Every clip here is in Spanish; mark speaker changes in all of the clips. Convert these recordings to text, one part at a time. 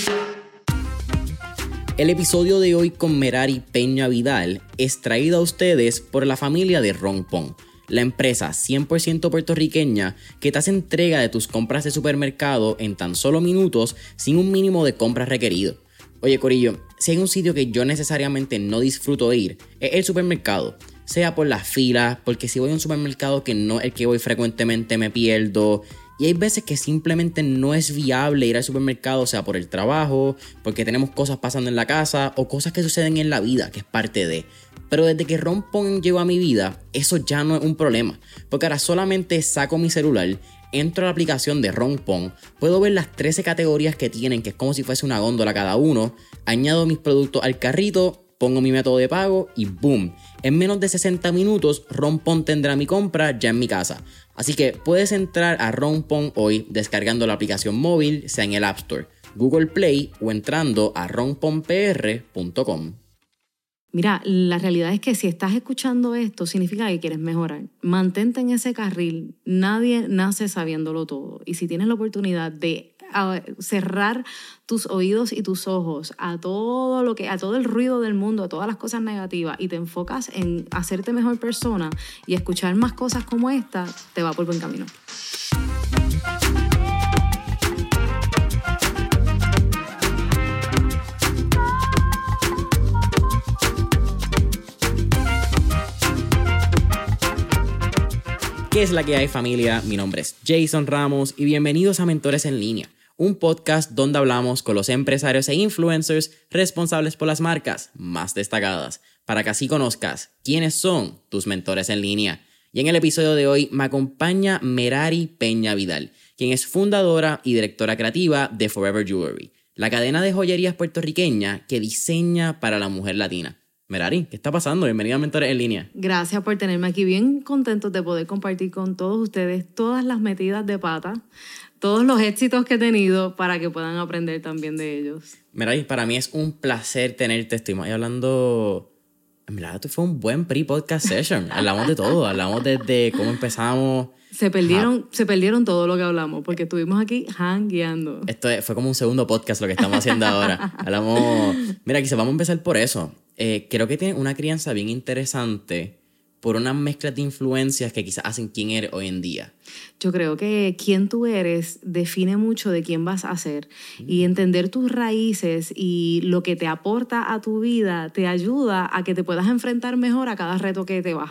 Speaker 1: El episodio de hoy con Merari Peña Vidal es traído a ustedes por la familia de Rompón, la empresa 100% puertorriqueña que te hace entrega de tus compras de supermercado en tan solo minutos sin un mínimo de compras requerido. Oye Corillo, si hay un sitio que yo necesariamente no disfruto ir, es el supermercado. Sea por las filas, porque si voy a un supermercado que no es el que voy frecuentemente me pierdo. Y hay veces que simplemente no es viable ir al supermercado, sea por el trabajo, porque tenemos cosas pasando en la casa o cosas que suceden en la vida, que es parte de. Pero desde que Rompón llegó a mi vida, eso ya no es un problema, porque ahora solamente saco mi celular, entro a la aplicación de Rompón, puedo ver las 13 categorías que tienen, que es como si fuese una góndola cada uno, añado mis productos al carrito, pongo mi método de pago y ¡boom! En menos de 60 minutos, Rompón tendrá mi compra ya en mi casa. Así que puedes entrar a Rompón hoy descargando la aplicación móvil, sea en el App Store, Google Play o entrando a romponpr.com.
Speaker 2: Mira, la realidad es que si estás escuchando esto, significa que quieres mejorar. Mantente en ese carril. Nadie nace sabiéndolo todo. Y si tienes la oportunidad de cerrar tus oídos y tus ojos a todo el ruido del mundo, a todas las cosas negativas, y te enfocas en hacerte mejor persona y escuchar más cosas como esta, te va por buen camino.
Speaker 1: ¿Qué es la que hay, familia? Mi nombre es Jason Ramos y bienvenidos a Mentores en Línea, un podcast donde hablamos con los empresarios e influencers responsables por las marcas más destacadas, para que así conozcas quiénes son tus mentores en línea. Y en el episodio de hoy me acompaña Merari Peña Vidal, quien es fundadora y directora creativa de Forever Jewelry, la cadena de joyerías puertorriqueña que diseña para la mujer latina. Merari, ¿qué está pasando? Bienvenida a Mentores en Línea.
Speaker 2: Gracias por tenerme aquí. Bien contentos de poder compartir con todos ustedes todas las metidas de pata, todos los éxitos que he tenido para que puedan aprender también de ellos.
Speaker 1: Merari, para mí es un placer tenerte. Estuvimos hablando... En verdad, fue un buen pre-podcast session. Hablamos de todo. Hablamos desde cómo empezamos.
Speaker 2: Se perdieron todo lo que hablamos porque estuvimos aquí hangueando.
Speaker 1: Fue como un segundo podcast lo que estamos haciendo ahora. Hablamos... Mira, quizás vamos a empezar por eso. Creo que tiene una crianza bien interesante por una mezcla de influencias que quizás hacen quién eres hoy en día.
Speaker 2: Yo creo que quién tú eres define mucho de quién vas a ser. Y entender tus raíces y lo que te aporta a tu vida te ayuda a que te puedas enfrentar mejor a cada reto que vas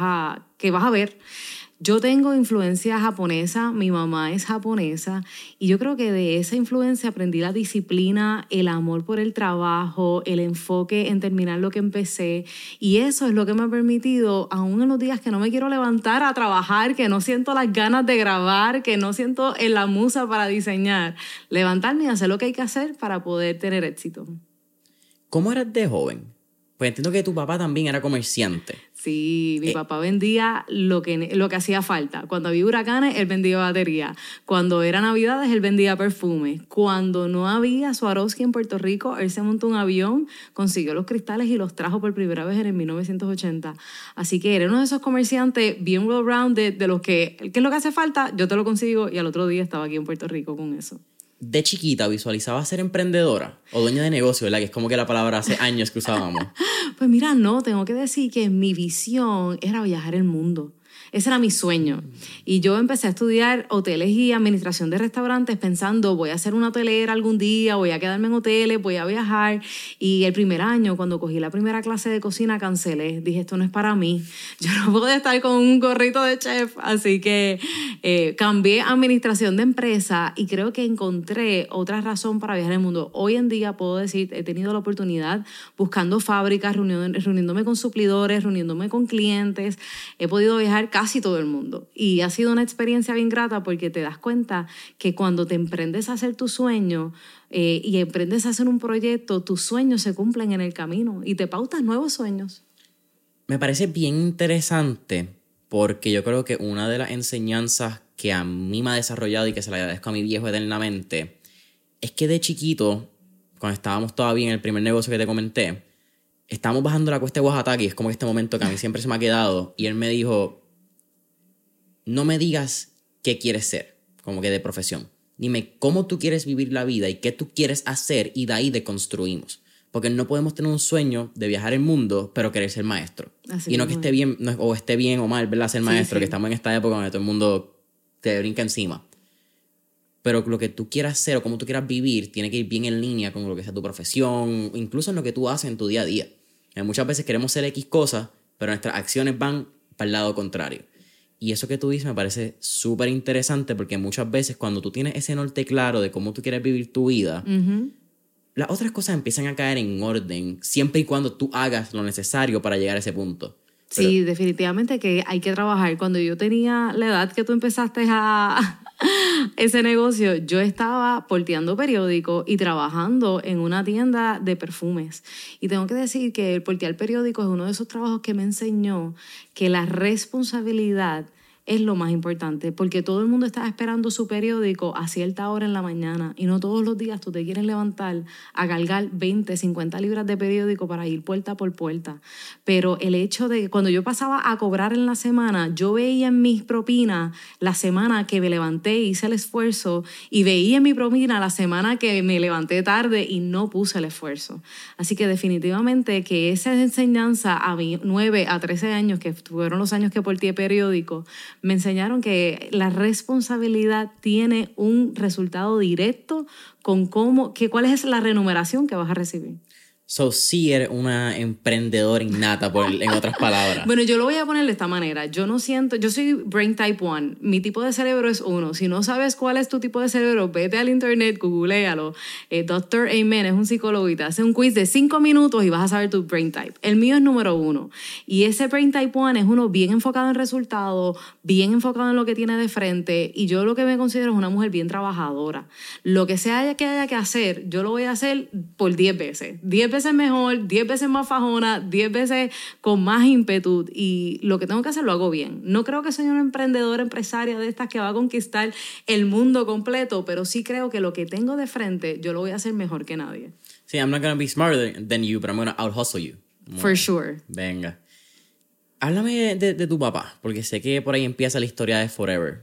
Speaker 2: a ver. Yo tengo influencia japonesa, mi mamá es japonesa y yo creo que de esa influencia aprendí la disciplina, el amor por el trabajo, el enfoque en terminar lo que empecé, y eso es lo que me ha permitido, aún en los días que no me quiero levantar a trabajar, que no siento las ganas de grabar, que no siento la musa para diseñar, levantarme y hacer lo que hay que hacer para poder tener éxito.
Speaker 1: ¿Cómo eras de joven? Pues entiendo que tu papá también era comerciante.
Speaker 2: Sí, mi papá vendía lo que hacía falta. Cuando había huracanes, él vendía batería. Cuando era Navidades, él vendía perfumes. Cuando no había Swarovski en Puerto Rico, él se montó un avión, consiguió los cristales y los trajo por primera vez en el 1980. Así que era uno de esos comerciantes bien well-rounded de los que, ¿qué es lo que hace falta? Yo te lo consigo, y al otro día estaba aquí en Puerto Rico con eso.
Speaker 1: ¿De chiquita visualizabas ser emprendedora o dueña de negocio, verdad? Que es como que la palabra hace años que usábamos.
Speaker 2: Pues mira, no, tengo que decir que mi visión era viajar el mundo. Ese era mi sueño. Y yo empecé a estudiar hoteles y administración de restaurantes pensando, voy a ser una hotelera algún día, voy a quedarme en hoteles, voy a viajar. Y el primer año, cuando cogí la primera clase de cocina, cancelé. Dije, esto no es para mí. Yo no puedo estar con un gorrito de chef. Así que cambié a administración de empresa y creo que encontré otra razón para viajar el mundo. Hoy en día puedo decir, he tenido la oportunidad buscando fábricas, reuniéndome con suplidores, reuniéndome con clientes. He podido viajar casi todo el mundo. Y ha sido una experiencia bien grata porque te das cuenta que cuando te emprendes a hacer tu sueño y emprendes a hacer un proyecto, tus sueños se cumplen en el camino y te pautas nuevos sueños.
Speaker 1: Me parece bien interesante porque yo creo que una de las enseñanzas que a mí me ha desarrollado y que se le agradezco a mi viejo eternamente es que de chiquito, cuando estábamos todavía en el primer negocio que te comenté, estábamos bajando la cuesta de Oaxaca y es como que este momento que a mí siempre se me ha quedado y él me dijo, no me digas qué quieres ser, como que de profesión. Dime cómo tú quieres vivir la vida y qué tú quieres hacer, y de ahí deconstruimos. Porque no podemos tener un sueño de viajar el mundo, pero querer ser maestro.
Speaker 2: Así
Speaker 1: y no que esté bien, no, o esté bien o mal, ¿verdad? Ser maestro, que estamos en esta época donde todo el mundo te brinca encima. Pero lo que tú quieras hacer o cómo tú quieras vivir tiene que ir bien en línea con lo que sea tu profesión, incluso en lo que tú haces en tu día a día. Muchas veces queremos ser X cosas, pero nuestras acciones van para el lado contrario. Y eso que tú dices me parece súper interesante, porque muchas veces cuando tú tienes ese norte claro de cómo tú quieres vivir tu vida, las otras cosas empiezan a caer en orden, siempre y cuando tú hagas lo necesario para llegar a ese punto.
Speaker 2: Sí, definitivamente que hay que trabajar. Cuando yo tenía la edad que tú empezaste a ese negocio, yo estaba porteando periódico y trabajando en una tienda de perfumes. Y tengo que decir que el portear periódico es uno de esos trabajos que me enseñó que la responsabilidad es lo más importante, porque todo el mundo está esperando su periódico a cierta hora en la mañana y no todos los días tú te quieres levantar a cargar 20, 50 libras de periódico para ir puerta por puerta. Pero el hecho de que cuando yo pasaba a cobrar en la semana, yo veía en mis propinas la semana que me levanté, hice el esfuerzo, y veía en mi propina la semana que me levanté tarde y no puse el esfuerzo. Así que definitivamente que esa enseñanza a mis 9 a 13 años, que fueron los años que porté periódico, me enseñaron que la responsabilidad tiene un resultado directo con cuál es la remuneración que vas a recibir.
Speaker 1: So, sí eres una emprendedora innata, en otras palabras.
Speaker 2: Bueno, yo lo voy a poner de esta manera. Yo soy Brain Type 1. Mi tipo de cerebro es 1. Si no sabes cuál es tu tipo de cerebro, vete al internet, googlealo. Dr. Amen es un psicólogo y te hace un quiz de 5 minutos y vas a saber tu Brain Type. El mío es número 1. Y ese Brain Type 1 es uno bien enfocado en resultados, bien enfocado en lo que tiene de frente. Y yo lo que me considero es una mujer bien trabajadora. Lo que sea que haya que hacer, yo lo voy a hacer por 10 veces. 10 veces mejor, 10 veces más fajona, 10 veces con más ímpetu, y lo que tengo que hacer lo hago bien. No creo que soy una emprendedora, empresaria de estas que va a conquistar el mundo completo, pero sí creo que lo que tengo de frente yo lo voy a hacer mejor que nadie.
Speaker 1: Sí, I'm not gonna be smarter than you, but I'm gonna out-hustle you.
Speaker 2: For sure.
Speaker 1: Venga. Háblame de tu papá, porque sé que por ahí empieza la historia de Forever.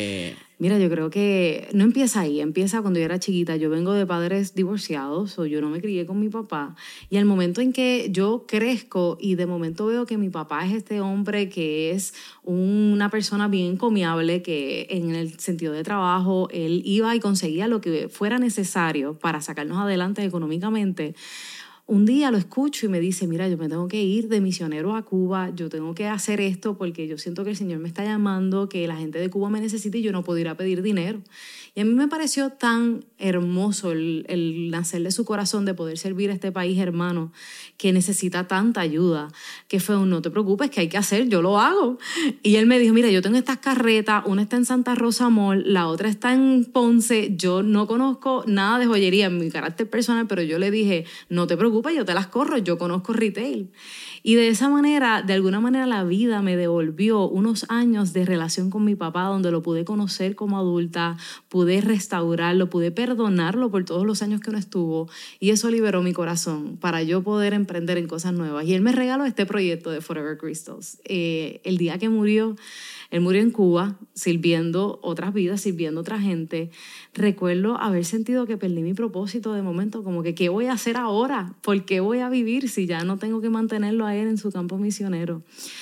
Speaker 2: Mira, yo creo que no empieza ahí, empieza cuando yo era chiquita. Yo vengo de padres divorciados, o yo no me crié con mi papá. Y al momento en que yo crezco y de momento veo que mi papá es este hombre que es una persona bien encomiable, que en el sentido de trabajo él iba y conseguía lo que fuera necesario para sacarnos adelante económicamente. Un día lo escucho y me dice, mira, yo me tengo que ir de misionero a Cuba, yo tengo que hacer esto porque yo siento que el Señor me está llamando, que la gente de Cuba me necesita y yo no puedo ir a pedir dinero. Y a mí me pareció tan hermoso el nacer de su corazón de poder servir a este país hermano que necesita tanta ayuda, que fue un no te preocupes, que hay que hacer, yo lo hago. Y él me dijo, mira, yo tengo estas carretas, una está en Santa Rosa Mall, la otra está en Ponce, yo no conozco nada de joyería en mi carácter personal, pero yo le dije, no te preocupes, yo te las corro, yo conozco retail. Y de esa manera, de alguna manera la vida me devolvió unos años de relación con mi papá, donde lo pude conocer como adulta, pude restaurarlo, pude perdonarlo por todos los años que no estuvo, y eso liberó mi corazón para yo poder emprender en cosas nuevas. Y él me regaló este proyecto de Forever Crystals. El día que murió, él murió en Cuba, sirviendo otras vidas, sirviendo a otra gente. Recuerdo haber sentido que perdí mi propósito de momento, como que ¿qué voy a hacer ahora? ¿Por qué voy a vivir si ya no tengo que mantenerlo a él en su campo misionero?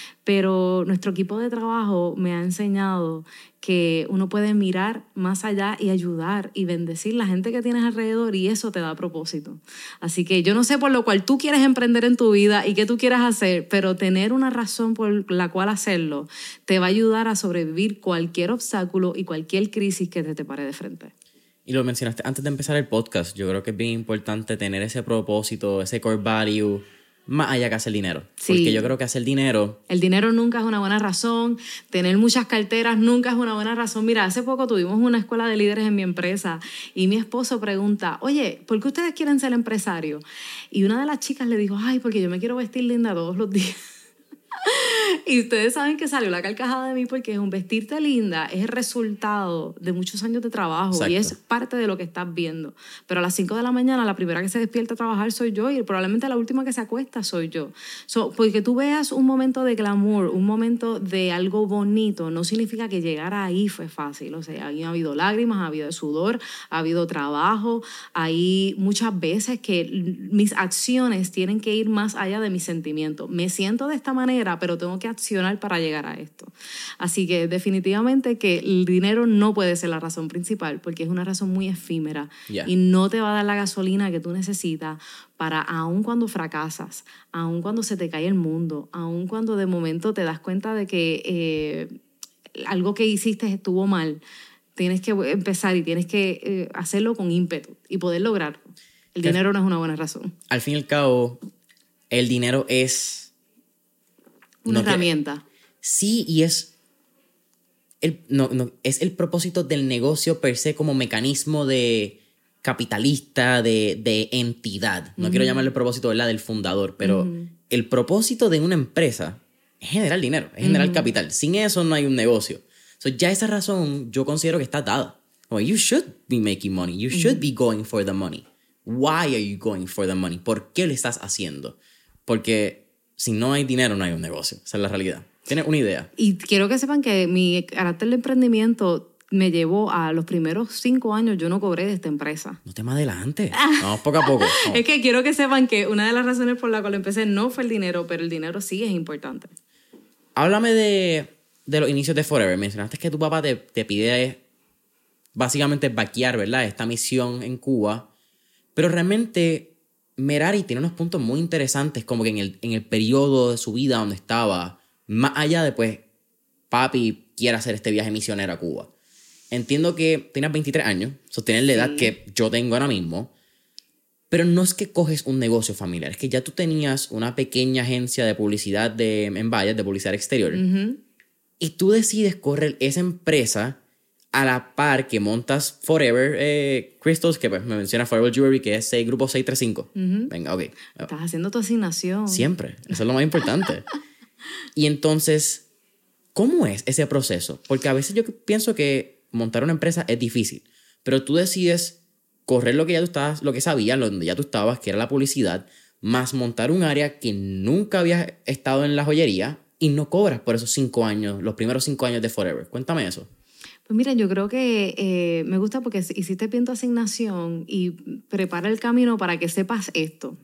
Speaker 2: Pero nuestro equipo de trabajo me ha enseñado que uno puede mirar más allá y ayudar y bendecir la gente que tienes alrededor, y eso te da propósito. Así que yo no sé por lo cual tú quieres emprender en tu vida y qué tú quieras hacer, pero tener una razón por la cual hacerlo te va a ayudar a sobrevivir cualquier obstáculo y cualquier crisis que te pare de frente.
Speaker 1: Y lo mencionaste antes de empezar el podcast. Yo creo que es bien importante tener ese propósito, ese core value, más allá que hacer dinero. Sí. Porque yo creo que hacer dinero...
Speaker 2: El dinero nunca es una buena razón. Tener muchas carteras nunca es una buena razón. Mira, hace poco tuvimos una escuela de líderes en mi empresa y mi esposo pregunta, oye, ¿por qué ustedes quieren ser empresarios? Y una de las chicas le dijo, ay, porque yo me quiero vestir linda todos los días. Y ustedes saben que salió la carcajada de mí porque es un vestirte linda, es el resultado de muchos años de trabajo. Exacto. Y es parte de lo que estás viendo. Pero a las 5 de la mañana, la primera que se despierta a trabajar soy yo y probablemente la última que se acuesta soy yo. Porque tú veas un momento de glamour, un momento de algo bonito, no significa que llegar ahí fue fácil. O sea, ahí ha habido lágrimas, ha habido sudor, ha habido trabajo. Hay muchas veces que mis acciones tienen que ir más allá de mis sentimientos. Me siento de esta manera, pero tengo que accionar para llegar a esto. Así que definitivamente que el dinero no puede ser la razón principal porque es una razón muy efímera y no te va a dar la gasolina que tú necesitas para, aun cuando fracasas, aun cuando se te cae el mundo, aun cuando de momento te das cuenta de que algo que hiciste estuvo mal, tienes que empezar y tienes que hacerlo con ímpetu y poder lograrlo. El dinero no es una buena razón.
Speaker 1: Al fin y al cabo, el dinero es
Speaker 2: una herramienta.
Speaker 1: Sí, y es es el propósito del negocio per se como mecanismo de capitalista, de entidad. No quiero llamarle el propósito, ¿verdad?, del fundador, pero el propósito de una empresa es generar dinero, es generar capital. Sin eso no hay un negocio. Ya esa razón yo considero que está dada. You should be making money. You should be going for the money. Why are you going for the money? ¿Por qué lo estás haciendo? Porque si no hay dinero, no hay un negocio. Esa es la realidad. ¿Tienes una idea?
Speaker 2: Y quiero que sepan que mi carácter de emprendimiento me llevó a los primeros 5 años, yo no cobré de esta empresa.
Speaker 1: No te más adelante. Vamos poco a poco. Vamos.
Speaker 2: Es que quiero que sepan que una de las razones por la cual empecé no fue el dinero, pero el dinero sí es importante.
Speaker 1: Háblame de los inicios de Forever. Mencionaste que tu papá te pide básicamente vaquear, ¿verdad?, esta misión en Cuba. Pero realmente Merari tiene unos puntos muy interesantes, como que en el periodo de su vida donde estaba, más allá de, pues, papi quiere hacer este viaje misionero a Cuba. Entiendo que tienes 23 años, tienes la edad que yo tengo ahora mismo, pero no es que coges un negocio familiar, es que ya tú tenías una pequeña agencia de publicidad en Valles, de publicidad exterior, y tú decides correr esa empresa a la par que montas Forever Crystals, que pues me menciona Forever Jewelry, que es el grupo 635. Venga, ok.
Speaker 2: Estás haciendo tu asignación.
Speaker 1: Siempre. Eso es lo más importante. Y entonces, ¿cómo es ese proceso? Porque a veces yo pienso que montar una empresa es difícil, pero tú decides correr lo que ya tú estabas, lo que sabías, donde ya tú estabas, que era la publicidad, más montar un área que nunca habías estado en la joyería y no cobras por esos 5 años, los primeros 5 años de Forever. Cuéntame eso.
Speaker 2: Pues mira, yo creo que me gusta porque hiciste bien tu asignación y prepara el camino para que sepas esto.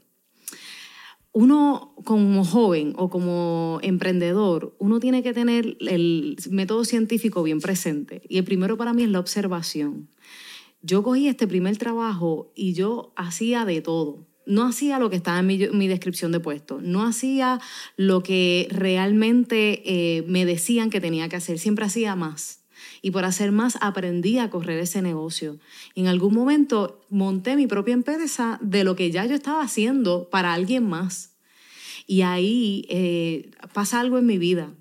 Speaker 2: Uno como joven o como emprendedor, uno tiene que tener el método científico bien presente. Y el primero para mí es la observación. Yo cogí este primer trabajo y yo hacía de todo. No hacía lo que estaba en mi descripción de puesto. No hacía lo que realmente me decían que tenía que hacer. Siempre hacía más. Y por hacer más aprendí a correr ese negocio. Y en algún momento monté mi propia empresa de lo que ya yo estaba haciendo para alguien más. Y ahí pasa algo en mi vida.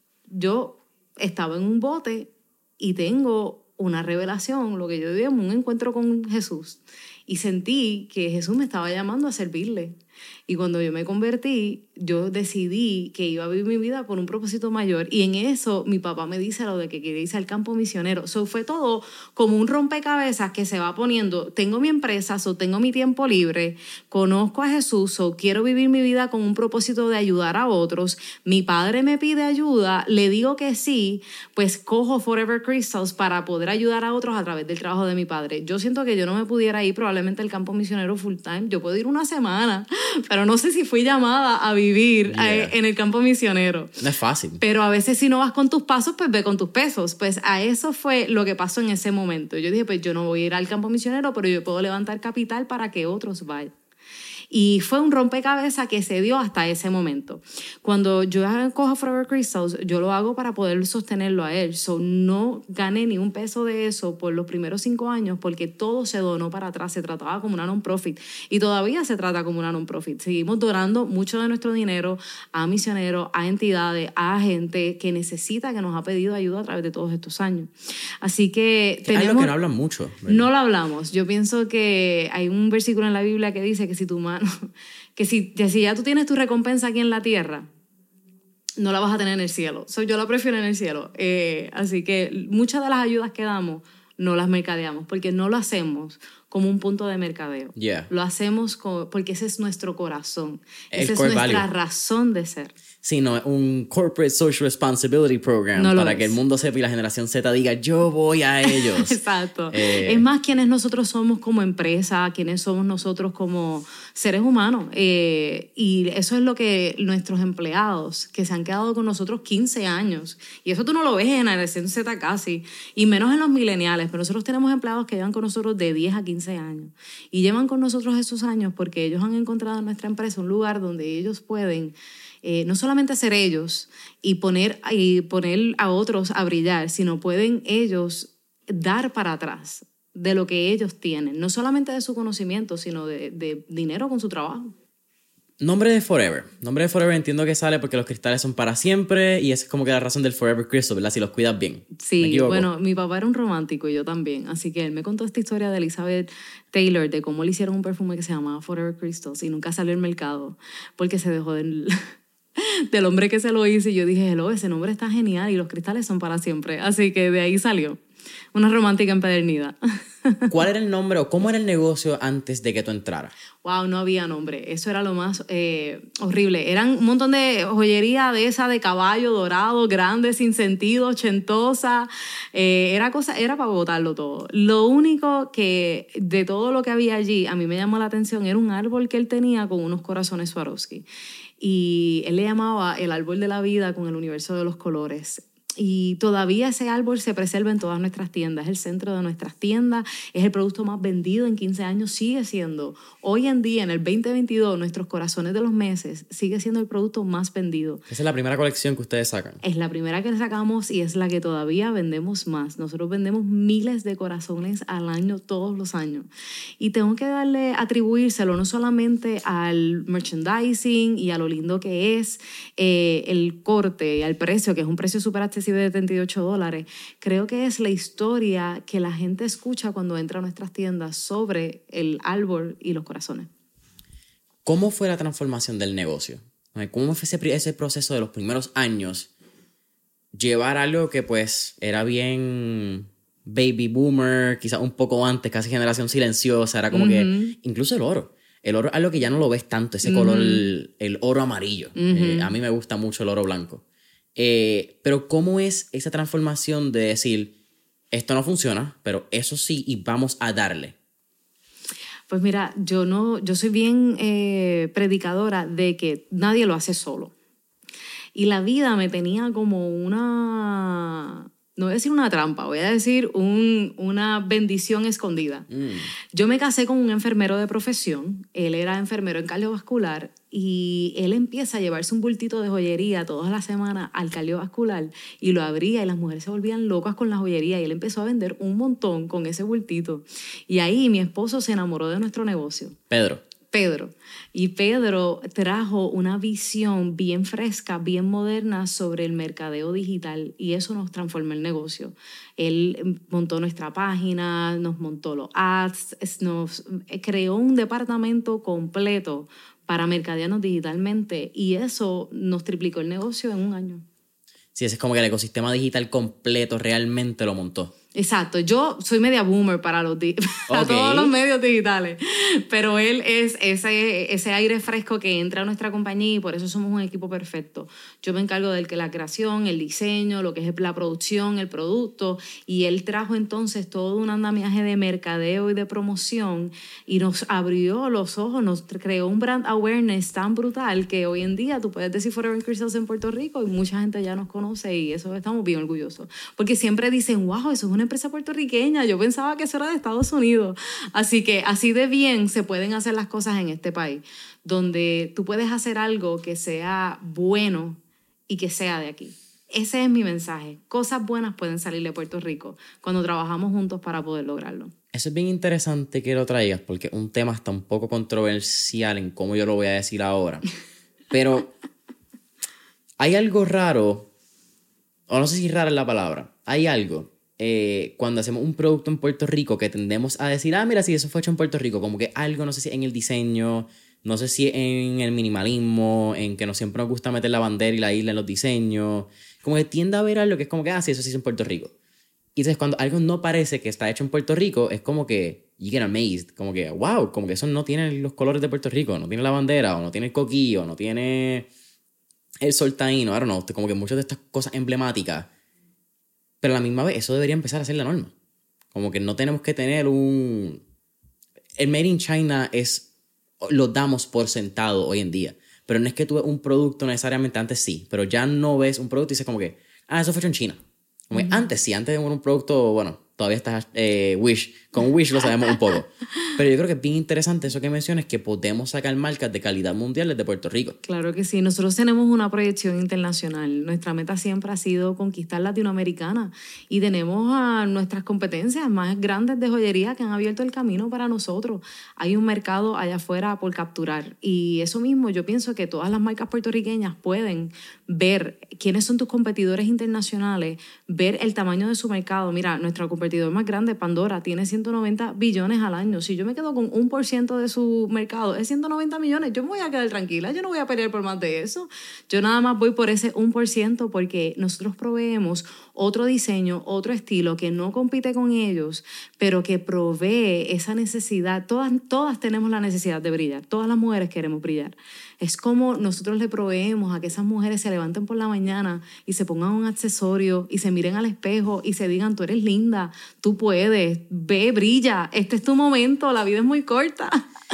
Speaker 2: Yo estaba en un bote y tengo una revelación, lo que yo digo, un encuentro con Jesús. Y sentí que Jesús me estaba llamando a servirle. Y cuando yo me convertí, yo decidí que iba a vivir mi vida por un propósito mayor. Y en eso mi papá me dice lo de que quería irse al campo misionero. Fue todo como un rompecabezas que se va poniendo. Tengo mi empresa, tengo mi tiempo libre, conozco a Jesús, quiero vivir mi vida con un propósito de ayudar a otros. Mi padre me pide ayuda, le digo que sí, pues cojo Forever Crystals para poder ayudar a otros a través del trabajo de mi padre. Yo siento que yo no me pudiera ir probablemente al campo misionero full time. Yo puedo ir una semana, pero no sé si fui llamada a vivir en el campo misionero.
Speaker 1: No es fácil.
Speaker 2: Pero a veces si no vas con tus pasos, pues ve con tus pesos. Pues a eso fue lo que pasó en ese momento. Yo dije, pues yo no voy a ir al campo misionero, pero yo puedo levantar capital para que otros vayan. Y fue un rompecabezas que se dio hasta ese momento. Cuando yo cojo Forever Crystals, yo lo hago para poder sostenerlo a él. No gané ni un peso de eso por los primeros 5 años porque todo se donó para atrás. Se trataba como una non-profit. Y todavía se trata como una non-profit. Seguimos donando mucho de nuestro dinero a misioneros, a entidades, a gente que necesita, que nos ha pedido ayuda a través de todos estos años. Así que
Speaker 1: tenemos... Hay algo que no hablan mucho, ¿verdad?
Speaker 2: No lo hablamos. Yo pienso que hay un versículo en la Biblia que dice que si tu mano... que si ya tú tienes tu recompensa aquí en la tierra, no la vas a tener en el cielo. Yo la prefiero en el cielo. Así que muchas de las ayudas que damos no las mercadeamos porque no lo hacemos como un punto de mercadeo.
Speaker 1: Yeah.
Speaker 2: Lo hacemos porque ese es nuestro corazón.
Speaker 1: El
Speaker 2: Esa es
Speaker 1: core
Speaker 2: nuestra
Speaker 1: value.
Speaker 2: razón de ser.
Speaker 1: Sino un Corporate Social Responsibility Program
Speaker 2: No lo
Speaker 1: para
Speaker 2: es.
Speaker 1: que el mundo sepa y la generación Z diga, yo voy a ellos.
Speaker 2: Exacto. Es más quienes nosotros somos como empresa, quienes somos nosotros como seres humanos. Y eso es lo que nuestros empleados, que se han quedado con nosotros 15 años, y eso tú no lo ves en la generación Z casi, y menos en los millennials, pero nosotros tenemos empleados que llevan con nosotros de 10 a 15 años. Y llevan con nosotros esos años porque ellos han encontrado en nuestra empresa un lugar donde ellos pueden no solamente ser ellos y poner a otros a brillar, sino pueden ellos dar para atrás de lo que ellos tienen, no solamente de su conocimiento, sino de dinero con su trabajo.
Speaker 1: Nombre de Forever. Nombre de Forever entiendo que sale porque los cristales son para siempre y esa es como que la razón del Forever Crystal, ¿verdad? Si los cuidas bien. ¿Me
Speaker 2: Sí,
Speaker 1: equivoco?
Speaker 2: bueno, mi papá era un romántico y yo también, así que él me contó esta historia de Elizabeth Taylor, de cómo le hicieron un perfume que se llamaba Forever Crystals y nunca salió al mercado porque se dejó del hombre que se lo hizo, y yo dije, hello, ese nombre está genial y los cristales son para siempre, así que de ahí salió. Una romántica empedernida.
Speaker 1: ¿Cuál era el nombre o cómo era el negocio antes de que tú entraras?
Speaker 2: Wow, no había nombre. Eso era lo más horrible. Eran un montón de joyería de esa de caballo dorado, grande, sin sentido, ochentosa. Era para botarlo todo. Lo único que de todo lo que había allí, a mí me llamó la atención, era un árbol que él tenía con unos corazones Swarovski. Y él le llamaba el árbol de la vida con el universo de los colores. Y todavía ese árbol se preserva en todas nuestras tiendas, es el centro de nuestras tiendas, es el producto más vendido en 15 años, sigue siendo. Hoy en día, en el 2022, nuestros corazones de los meses sigue siendo el producto más vendido.
Speaker 1: Esa es la primera colección que ustedes sacan.
Speaker 2: Es la primera que sacamos y es la que todavía vendemos más. Nosotros vendemos miles de corazones al año, todos los años. Y tengo que atribuírselo no solamente al merchandising y a lo lindo que es, el corte y al precio, que es un precio súper accesible de $38. Creo que es la historia que la gente escucha cuando entra a nuestras tiendas sobre el árbol y los corazones.
Speaker 1: ¿Cómo fue la transformación del negocio? ¿Cómo fue ese proceso de los primeros años? Llevar algo que pues era bien baby boomer, quizás un poco antes, casi generación silenciosa, era como que incluso el oro. El oro es algo que ya no lo ves tanto, ese color, el oro amarillo. A mí me gusta mucho el oro blanco. Pero ¿cómo es esa transformación de decir, esto no funciona, pero eso sí, y vamos a darle?
Speaker 2: Pues mira, yo soy bien predicadora de que nadie lo hace solo. Y la vida me tenía como no voy a decir una trampa, voy a decir una bendición escondida. Yo me casé con un enfermero de profesión, él era enfermero en cardiovascular y él empieza a llevarse un bultito de joyería todas las semanas al cardiovascular y lo abría y las mujeres se volvían locas con la joyería y él empezó a vender un montón con ese bultito. Y ahí mi esposo se enamoró de nuestro negocio. Pedro. Y Pedro trajo una visión bien fresca, bien moderna sobre el mercadeo digital y eso nos transformó el negocio. Él montó nuestra página, nos montó los ads, nos creó un departamento completo para mercadearnos digitalmente y eso nos triplicó el negocio en un año.
Speaker 1: Sí, ese es como que el ecosistema digital completo realmente lo montó.
Speaker 2: Exacto, yo soy media boomer para todos los medios digitales, pero él es ese aire fresco que entra a nuestra compañía y por eso somos un equipo perfecto. Yo me encargo de la creación, el diseño, lo que es la producción, el producto, y él trajo entonces todo un andamiaje de mercadeo y de promoción y nos abrió los ojos, nos creó un brand awareness tan brutal que hoy en día tú puedes decir Forever Crystals en Puerto Rico y mucha gente ya nos conoce y eso estamos bien orgullosos, porque siempre dicen, wow, eso es una empresa puertorriqueña, yo pensaba que eso era de Estados Unidos. Así que así de bien se pueden hacer las cosas en este país, donde tú puedes hacer algo que sea bueno y que sea de aquí. Ese es mi mensaje. Cosas buenas pueden salir de Puerto Rico cuando trabajamos juntos para poder lograrlo.
Speaker 1: Eso es bien interesante que lo traigas porque es un tema hasta un poco controversial en cómo yo lo voy a decir ahora. Pero hay algo raro, o no sé si rara es la palabra, hay algo cuando hacemos un producto en Puerto Rico que tendemos a decir, mira, sí, eso fue hecho en Puerto Rico, como que algo, no sé si en el diseño, No sé si en el minimalismo, en que no siempre nos gusta meter la bandera y la isla en los diseños. Como que tiende a ver algo que es como que, sí, eso sí es en Puerto Rico. Y entonces cuando algo no parece que está hecho en Puerto Rico, es como que you get amazed. Como que, wow, como que eso no tiene los colores de Puerto Rico. No tiene la bandera, o no tiene el coquillo, no tiene el sol taíno. I don't know, como que muchas de estas cosas emblemáticas. Pero a la misma vez, eso debería empezar a ser la norma. Como que no tenemos que tener un... El Made in China lo damos por sentado hoy en día. Pero no es que tú ves un producto necesariamente, antes sí, pero ya no ves un producto y dices como que, eso fue hecho en China. Como que antes sí, antes de un producto, bueno, todavía está Wish. Con Wish lo sabemos un poco. Pero yo creo que es bien interesante eso que mencionas, que podemos sacar marcas de calidad mundial desde Puerto Rico.
Speaker 2: Claro que sí. Nosotros tenemos una proyección internacional. Nuestra meta siempre ha sido conquistar Latinoamericana. Y tenemos a nuestras competencias más grandes de joyería que han abierto el camino para nosotros. Hay un mercado allá afuera por capturar. Y eso mismo, yo pienso que todas las marcas puertorriqueñas pueden ver quiénes son tus competidores internacionales, ver el tamaño de su mercado. Mira, nuestro competidor más grande, Pandora, tiene 190 billones al año. Si yo me quedo con 1% de su mercado, es 190 millones. Yo me voy a quedar tranquila, yo no voy a pelear por más de eso. Yo nada más voy por ese 1% porque nosotros proveemos otro diseño, otro estilo que no compite con ellos, pero que provee esa necesidad. Todas tenemos la necesidad de brillar. Todas las mujeres queremos brillar. Es como nosotros le proveemos a que esas mujeres se levanten por la mañana y se pongan un accesorio y se miren al espejo y se digan, tú eres linda, tú puedes, ve, brilla, este es tu momento, la vida es muy corta.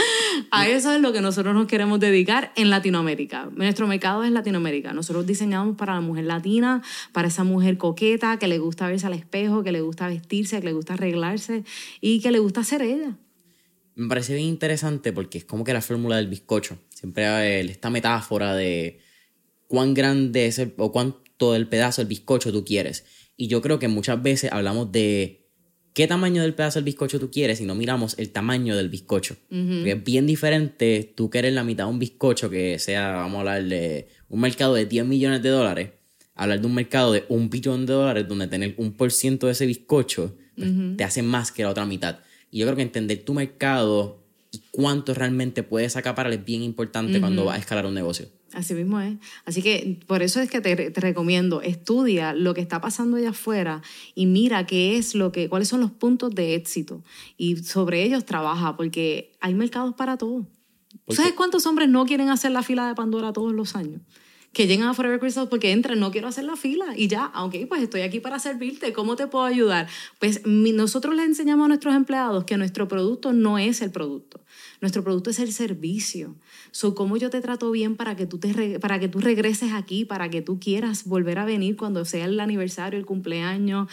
Speaker 2: A eso es lo que nosotros nos queremos dedicar en Latinoamérica. Nuestro mercado es Latinoamérica. Nosotros diseñamos para la mujer latina, para esa mujer coqueta que le gusta verse al espejo, que le gusta vestirse, que le gusta arreglarse y que le gusta ser ella.
Speaker 1: Me parece bien interesante porque es como que la fórmula del bizcocho. Siempre hay esta metáfora de cuán grande es o cuánto del pedazo del bizcocho tú quieres. Y yo creo que muchas veces hablamos de qué tamaño del pedazo del bizcocho tú quieres y no miramos el tamaño del bizcocho. Porque es bien diferente tú querer la mitad de un bizcocho que sea, vamos a hablar de un mercado de 10 millones de dólares, hablar de un mercado de $1 billón donde tener 1% de ese bizcocho pues, te hace más que la otra mitad. Y yo creo que entender tu mercado y cuánto realmente puedes acaparar es bien importante cuando vas a escalar un negocio.
Speaker 2: Así mismo es. Así que por eso es que te recomiendo, estudia lo que está pasando allá afuera y mira cuáles son los puntos de éxito y sobre ellos trabaja porque hay mercados para todo. ¿Sabes cuántos hombres no quieren hacer la fila de Pandora todos los años? Que llegan a Forever Crystals porque entran, no quiero hacer la fila y ya, ok, pues estoy aquí para servirte, ¿cómo te puedo ayudar? Pues nosotros les enseñamos a nuestros empleados que nuestro producto no es el producto, nuestro producto es el servicio. So, cómo yo te trato bien para que tú regreses aquí, para que tú quieras volver a venir cuando sea el aniversario, el cumpleaños,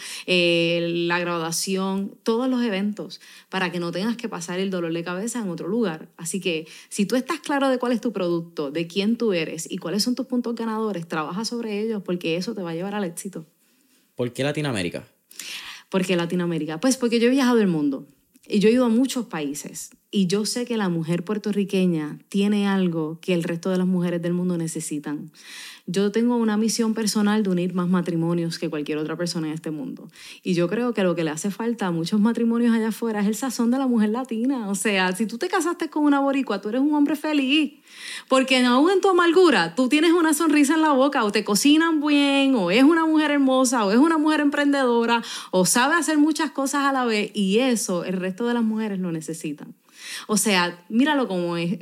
Speaker 2: la graduación, todos los eventos, para que no tengas que pasar el dolor de cabeza en otro lugar. Así que si tú estás claro de cuál es tu producto, de quién tú eres y cuáles son tus puntos ganadores, trabaja sobre ellos porque eso te va a llevar al éxito.
Speaker 1: ¿Por qué Latinoamérica?
Speaker 2: ¿Por qué Latinoamérica? Pues porque yo he viajado el mundo y yo he ido a muchos países y yo sé que la mujer puertorriqueña tiene algo que el resto de las mujeres del mundo necesitan. Yo tengo una misión personal de unir más matrimonios que cualquier otra persona en este mundo. Y yo creo que lo que le hace falta a muchos matrimonios allá afuera es el sazón de la mujer latina. O sea, si tú te casaste con una boricua, tú eres un hombre feliz. Porque aún en tu amargura, tú tienes una sonrisa en la boca, o te cocinan bien, o es una mujer hermosa, o es una mujer emprendedora, o sabe hacer muchas cosas a la vez. Y eso el resto de las mujeres lo necesitan. O sea, míralo como es.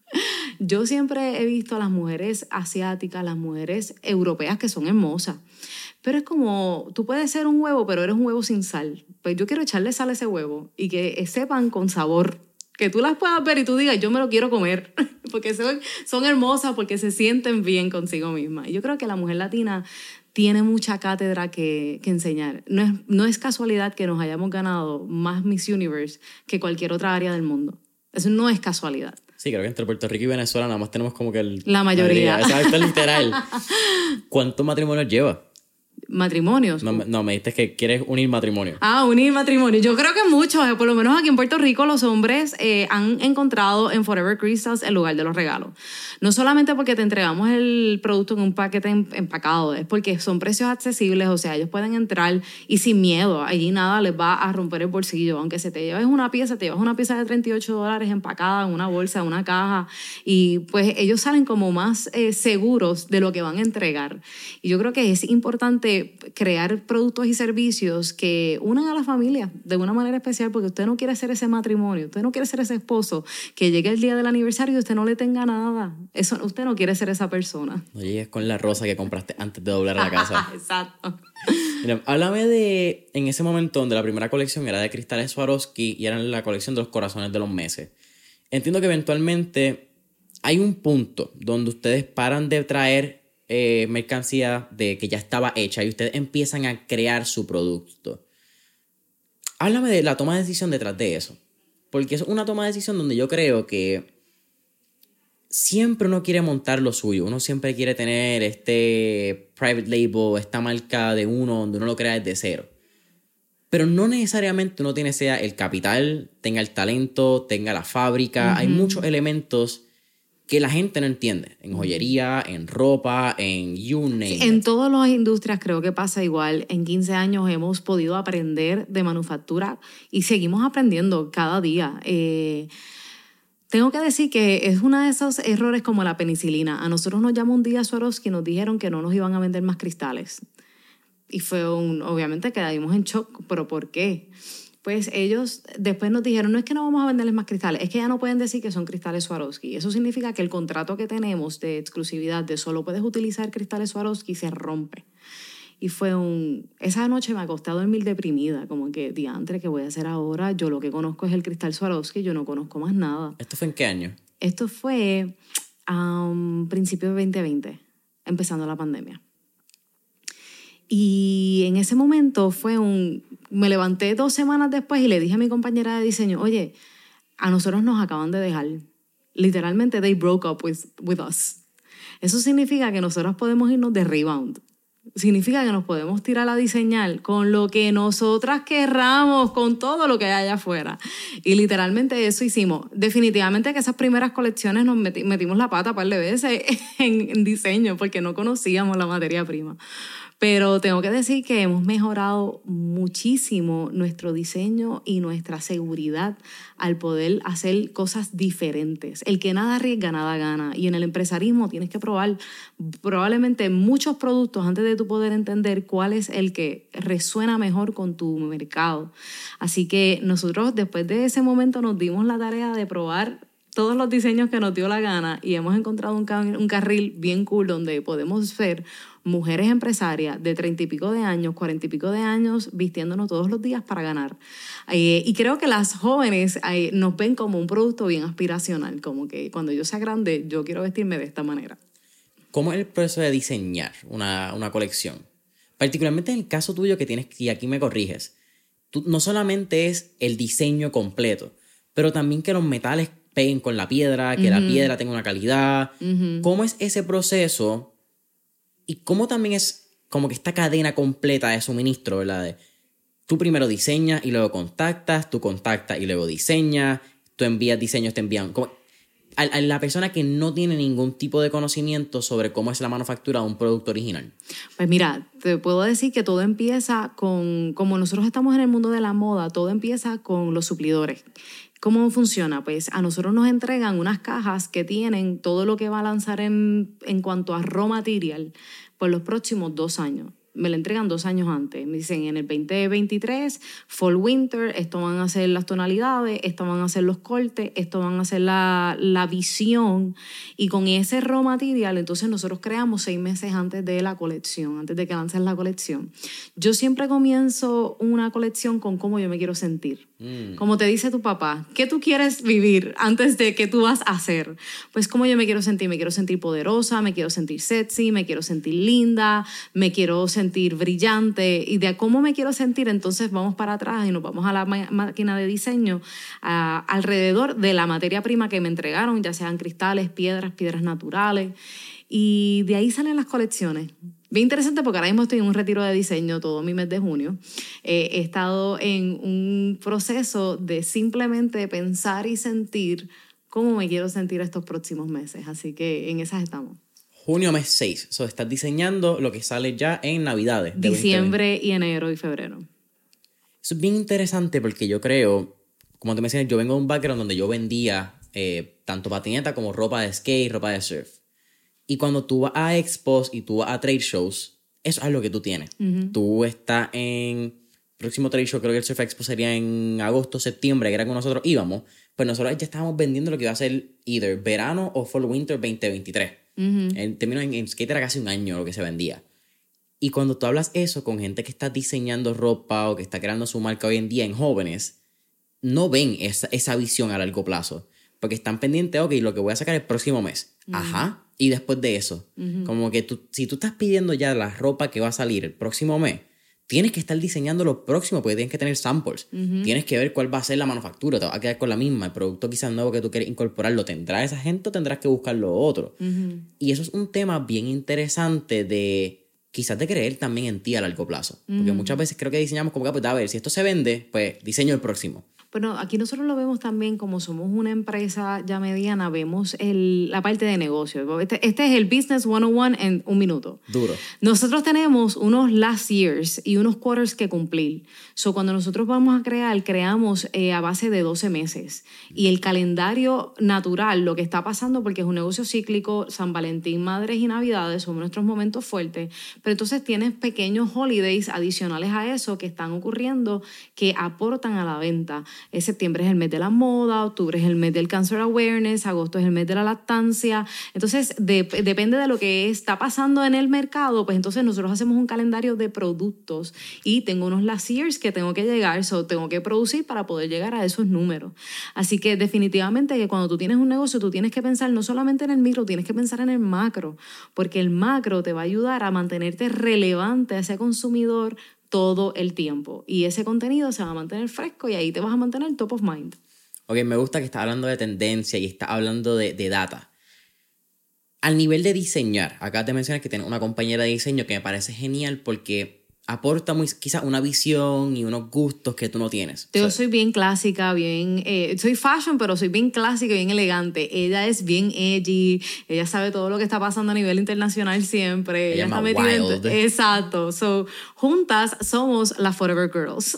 Speaker 2: Yo siempre he visto a las mujeres asiáticas, las mujeres europeas que son hermosas. Pero es como, tú puedes ser un huevo, pero eres un huevo sin sal. Pues yo quiero echarle sal a ese huevo y que sepan con sabor. Que tú las puedas ver y tú digas, yo me lo quiero comer. Porque son hermosas, porque se sienten bien consigo mismas. Y yo creo que la mujer latina tiene mucha cátedra que enseñar. No es casualidad que nos hayamos ganado más Miss Universe que cualquier otra área del mundo. Eso no es casualidad.
Speaker 1: Sí, creo que entre Puerto Rico y Venezuela nada más tenemos como que
Speaker 2: la mayoría.
Speaker 1: Exacto, literal. ¿Cuántos matrimonios lleva?
Speaker 2: matrimonios.
Speaker 1: No, me dijiste que quieres unir matrimonio.
Speaker 2: Unir matrimonio. Yo creo que muchos, por lo menos aquí en Puerto Rico, los hombres han encontrado en Forever Crystals el lugar de los regalos. No solamente porque te entregamos el producto en un paquete empacado, es porque son precios accesibles, o sea, ellos pueden entrar y sin miedo, allí nada les va a romper el bolsillo, aunque te lleves una pieza de $38 empacada en una bolsa, en una caja, y pues ellos salen como más seguros de lo que van a entregar. Y yo creo que es importante crear productos y servicios que unan a la familia de una manera especial, porque usted no quiere ser ese matrimonio, usted no quiere ser ese esposo que llegue el día del aniversario y usted no le tenga nada. Eso, usted no quiere ser esa persona.
Speaker 1: No llegues con la rosa que compraste antes de doblar la casa.
Speaker 2: Exacto.
Speaker 1: Mira, háblame de, en ese momento donde la primera colección era de cristales Swarovski y era la colección de los corazones de los meses. Entiendo que eventualmente hay un punto donde ustedes paran de traer mercancía de que ya estaba hecha y ustedes empiezan a crear su producto. Háblame de la toma de decisión detrás de eso, porque es una toma de decisión donde yo creo que siempre uno quiere montar lo suyo, uno siempre quiere tener este private label, esta marca de uno donde uno lo crea desde cero, pero no necesariamente uno tiene sea el capital, tenga el talento, tenga la fábrica. Hay muchos elementos que la gente no entiende. En joyería, en ropa, en you name it.
Speaker 2: En todas las industrias creo que pasa igual. En 15 años hemos podido aprender de manufactura y seguimos aprendiendo cada día. Tengo que decir que es uno de esos errores como la penicilina. A nosotros nos llamó un día Swarovski y nos dijeron que no nos iban a vender más cristales. Y fue obviamente quedamos en shock. ¿Pero por qué? Pues ellos después nos dijeron, no es que no vamos a venderles más cristales, es que ya no pueden decir que son cristales Swarovski. Eso significa que el contrato que tenemos de exclusividad de solo puedes utilizar cristales Swarovski se rompe. Y esa noche me acosté a dormir deprimida, como que, diantre, ¿qué voy a hacer ahora? Yo lo que conozco es el cristal Swarovski, yo no conozco más nada.
Speaker 1: ¿Esto fue en qué año?
Speaker 2: Esto fue a principios de 2020, empezando la pandemia. Y en ese momento me levanté 2 semanas después y le dije a mi compañera de diseño, oye, a nosotros nos acaban de dejar. Literalmente, they broke up with us. Eso significa que nosotros podemos irnos de rebound. Significa que nos podemos tirar a diseñar con lo que nosotras querramos, con todo lo que hay allá afuera. Y literalmente eso hicimos. Definitivamente que esas primeras colecciones nos metimos la pata un par de veces en diseño porque no conocíamos la materia prima. Pero tengo que decir que hemos mejorado muchísimo nuestro diseño y nuestra seguridad al poder hacer cosas diferentes. El que nada arriesga, nada gana. Y en el empresarismo tienes que probar probablemente muchos productos antes de tú poder entender cuál es el que resuena mejor con tu mercado. Así que nosotros después de ese momento nos dimos la tarea de probar todos los diseños que nos dio la gana y hemos encontrado un carril bien cool donde podemos ser mujeres empresarias de 30 y pico de años, 40 y pico de años, vistiéndonos todos los días para ganar. Y creo que las jóvenes nos ven como un producto bien aspiracional, como que cuando yo sea grande, yo quiero vestirme de esta manera.
Speaker 1: ¿Cómo es el proceso de diseñar una colección? Particularmente en el caso tuyo que tienes, y aquí me corriges, no solamente es el diseño completo, pero también que los metales peguen con la piedra, que la piedra tenga una calidad. ¿Cómo es ese proceso? Y cómo también es como que esta cadena completa de suministro, ¿verdad? Tú primero diseñas y luego contactas, tú contactas y luego diseñas, tú envías diseños, te envían... A la persona que no tiene ningún tipo de conocimiento sobre cómo es la manufactura de un producto original.
Speaker 2: Pues mira, te puedo decir que todo empieza como nosotros estamos en el mundo de la moda, todo empieza con los suplidores. ¿Cómo funciona? Pues a nosotros nos entregan unas cajas que tienen todo lo que va a lanzar en cuanto a raw material por los próximos 2 años. Me lo entregan 2 años antes. Me dicen, en el 2023, fall winter, esto van a ser las tonalidades, esto van a ser los cortes, esto van a ser la visión. Y con ese raw material, entonces nosotros creamos 6 meses antes de la colección, antes de que lancen la colección. Yo siempre comienzo una colección con cómo yo me quiero sentir. Como te dice tu papá, ¿qué tú quieres vivir antes de qué tú vas a hacer? Pues cómo yo me quiero sentir poderosa, me quiero sentir sexy, me quiero sentir linda, me quiero sentir brillante, y de cómo me quiero sentir, entonces vamos para atrás y nos vamos a la máquina de diseño alrededor de la materia prima que me entregaron, ya sean cristales, piedras naturales, y de ahí salen las colecciones. bien interesante porque ahora mismo estoy en un retiro de diseño todo mi mes de junio. He estado en un proceso de simplemente pensar y sentir cómo me quiero sentir estos próximos meses. Así que en esas estamos.
Speaker 1: Junio, mes 6. So, estás diseñando lo que sale ya en Navidades.
Speaker 2: Diciembre y enero y febrero.
Speaker 1: Eso es bien interesante porque yo creo, como te mencioné, yo vengo de un background donde yo vendía tanto patineta como ropa de skate, ropa de surf. Y cuando tú vas a expos y tú vas a trade shows, eso es lo que tú tienes. Uh-huh. Tú estás en... próximo trade show, creo que el Surf Expo sería en agosto, septiembre, que era cuando nosotros íbamos. Pues nosotros ya estábamos vendiendo lo que iba a ser either verano o fall winter 2023. Uh-huh. En términos en skate era casi un año lo que se vendía. Y cuando tú hablas eso con gente que está diseñando ropa o que está creando su marca hoy en día en jóvenes, no ven esa visión a largo plazo. Porque están pendientes, ok, lo que voy a sacar el próximo mes. Uh-huh. Ajá. Y después de eso, uh-huh, como que si tú estás pidiendo ya la ropa que va a salir el próximo mes, tienes que estar diseñando lo próximo porque tienes que tener samples. Uh-huh. Tienes que ver cuál va a ser la manufactura. Te vas a quedar con la misma. El producto quizás nuevo que tú quieres incorporar, ¿lo tendrá esa gente o tendrás que buscar lo otro? Uh-huh. Y eso es un tema bien interesante de quizás de creer también en ti a largo plazo. Uh-huh. Porque muchas veces creo que diseñamos como que, pues a ver, si esto se vende, pues diseño el próximo.
Speaker 2: Bueno, aquí nosotros lo vemos también como somos una empresa ya mediana, vemos la parte de negocio. Este es el Business 101 en un minuto.
Speaker 1: Duro.
Speaker 2: Nosotros tenemos unos last years y unos quarters que cumplir. So, cuando nosotros vamos a creamos a base de 12 meses. Y el calendario natural, lo que está pasando, porque es un negocio cíclico, San Valentín, Madres y Navidades son nuestros momentos fuertes, pero entonces tienes pequeños holidays adicionales a eso que están ocurriendo que aportan a la venta. Septiembre es el mes de la moda, octubre es el mes del cancer awareness, agosto es el mes de la lactancia. Entonces, depende de lo que está pasando en el mercado, pues entonces nosotros hacemos un calendario de productos y tengo unos last years que tengo que llegar, tengo que producir para poder llegar a esos números. Así que definitivamente que cuando tú tienes un negocio, tú tienes que pensar no solamente en el micro, tienes que pensar en el macro, porque el macro te va a ayudar a mantenerte relevante a ese consumidor todo el tiempo. Y ese contenido se va a mantener fresco y ahí te vas a mantener top of mind.
Speaker 1: Ok, me gusta que estás hablando de tendencia y estás hablando de data. Al nivel de diseñar, acá te mencionas que tienes una compañera de diseño que me parece genial porque aporta quizás una visión y unos gustos que tú no tienes.
Speaker 2: Yo soy bien clásica, soy fashion, pero soy bien clásica y bien elegante. Ella es bien edgy, ella sabe todo lo que está pasando a nivel internacional siempre. Ella está metida en... Exacto. So, juntas somos las Forever Girls.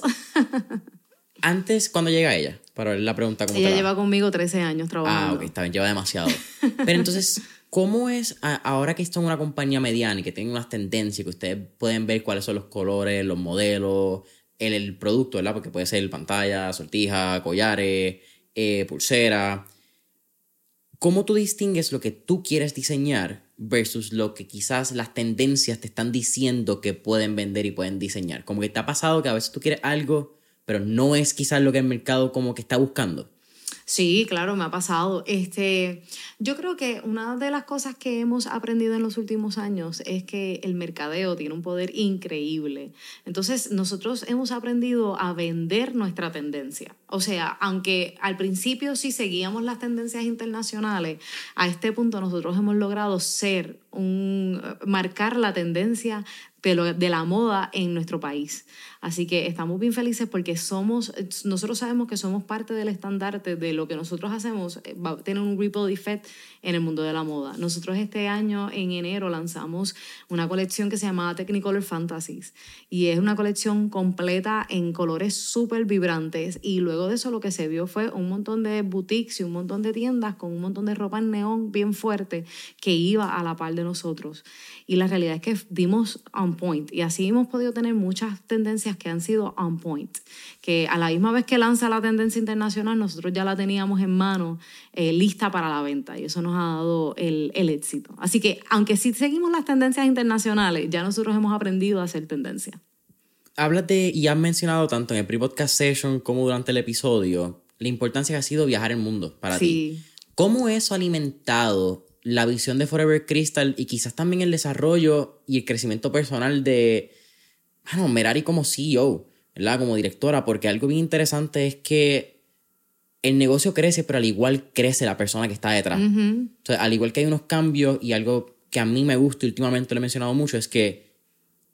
Speaker 1: Antes, ¿cuándo llega ella? Para ver la pregunta cómo
Speaker 2: ella lleva conmigo 13 años trabajando.
Speaker 1: Ah, ok, está bien, lleva demasiado. Pero entonces... ¿Cómo es ahora que está en una compañía mediana y que tienen unas tendencias que ustedes pueden ver cuáles son los colores, los modelos, el producto, ¿verdad? Porque puede ser pantalla, sortija, collares, pulsera. ¿Cómo tú distingues lo que tú quieres diseñar versus lo que quizás las tendencias te están diciendo que pueden vender y pueden diseñar? Como que te ha pasado que a veces tú quieres algo, pero no es quizás lo que el mercado como que está buscando.
Speaker 2: Sí, claro, me ha pasado. Yo creo que una de las cosas que hemos aprendido en los últimos años es que el mercadeo tiene un poder increíble. Entonces, nosotros hemos aprendido a vender nuestra tendencia. O sea, aunque al principio sí seguíamos las tendencias internacionales, a este punto nosotros hemos logrado marcar la tendencia de la moda en nuestro país. Así que estamos bien felices porque nosotros sabemos que somos parte del estandarte de lo que nosotros hacemos, va a tener un ripple effect en el mundo de la moda. Nosotros este año, en enero, lanzamos una colección que se llamaba Technicolor Fantasies y es una colección completa en colores súper vibrantes y luego de eso lo que se vio fue un montón de boutiques y un montón de tiendas con un montón de ropa en neón bien fuerte que iba a la par de nosotros. Y la realidad es que dimos on point y así hemos podido tener muchas tendencias que han sido on point, que a la misma vez que lanza la tendencia internacional nosotros ya la teníamos en mano lista para la venta y eso nos ha dado el éxito. Así que aunque sí seguimos las tendencias internacionales, ya nosotros hemos aprendido a hacer tendencia.
Speaker 1: Háblate y has mencionado tanto en el pre-podcast session como durante el episodio la importancia que ha sido viajar el mundo para ti. ¿Cómo eso ha alimentado la visión de Forever Crystal y quizás también el desarrollo y el crecimiento personal de Merari como CEO, ¿verdad? Como directora? Porque algo bien interesante es que el negocio crece, pero al igual crece la persona que está detrás. Uh-huh. Entonces, al igual que hay unos cambios y algo que a mí me gusta y últimamente lo he mencionado mucho es que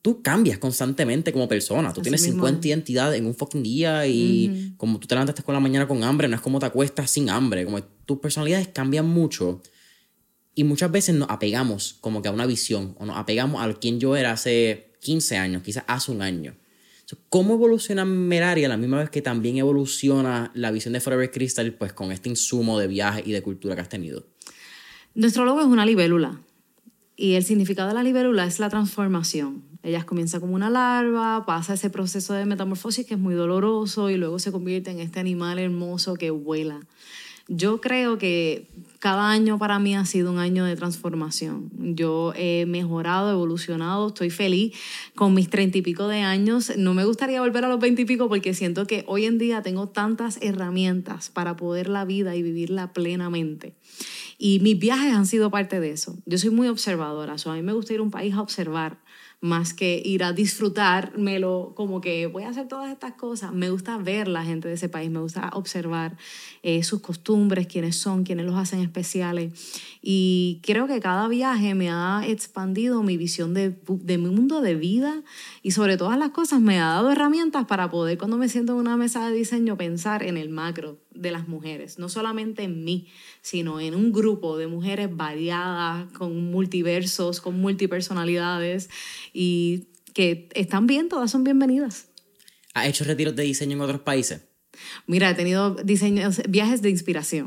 Speaker 1: tú cambias constantemente como persona. Tú
Speaker 2: Así
Speaker 1: tienes
Speaker 2: mismo
Speaker 1: 50 identidades en un fucking día y como tú te levantaste con la mañana con hambre, no es como te acuestas sin hambre. Como tus personalidades cambian mucho y muchas veces nos apegamos como que a una visión o nos apegamos a quien yo era hace 15 años, quizás hace un año. ¿Cómo evoluciona Merari a la misma vez que también evoluciona la visión de Forever Crystal pues con este insumo de viaje y de cultura que has tenido?
Speaker 2: Nuestro logo es una libélula y el significado de la libélula es la transformación. Ella comienza como una larva, pasa ese proceso de metamorfosis que es muy doloroso y luego se convierte en este animal hermoso que vuela. Yo creo que cada año para mí ha sido un año de transformación. Yo he mejorado, evolucionado, estoy feliz con mis 30 y pico de años. No me gustaría volver a los 20 y pico porque siento que hoy en día tengo tantas herramientas para poder la vida y vivirla plenamente. Y mis viajes han sido parte de eso. Yo soy muy observadora. A mí me gusta ir a un país a observar más que ir a disfrutármelo, como que voy a hacer todas estas cosas. Me gusta ver la gente de ese país, me gusta observar sus costumbres, quiénes son, quiénes los hacen especiales. Y creo que cada viaje me ha expandido mi visión de mi mundo de vida y sobre todas las cosas me ha dado herramientas para poder, cuando me siento en una mesa de diseño, pensar en el macro de las mujeres, no solamente en mí, sino en un grupo de mujeres variadas, con multiversos, con multipersonalidades y que están bien, todas son bienvenidas.
Speaker 1: ¿Has hecho retiros de diseño en otros países?
Speaker 2: Mira, he tenido viajes de inspiración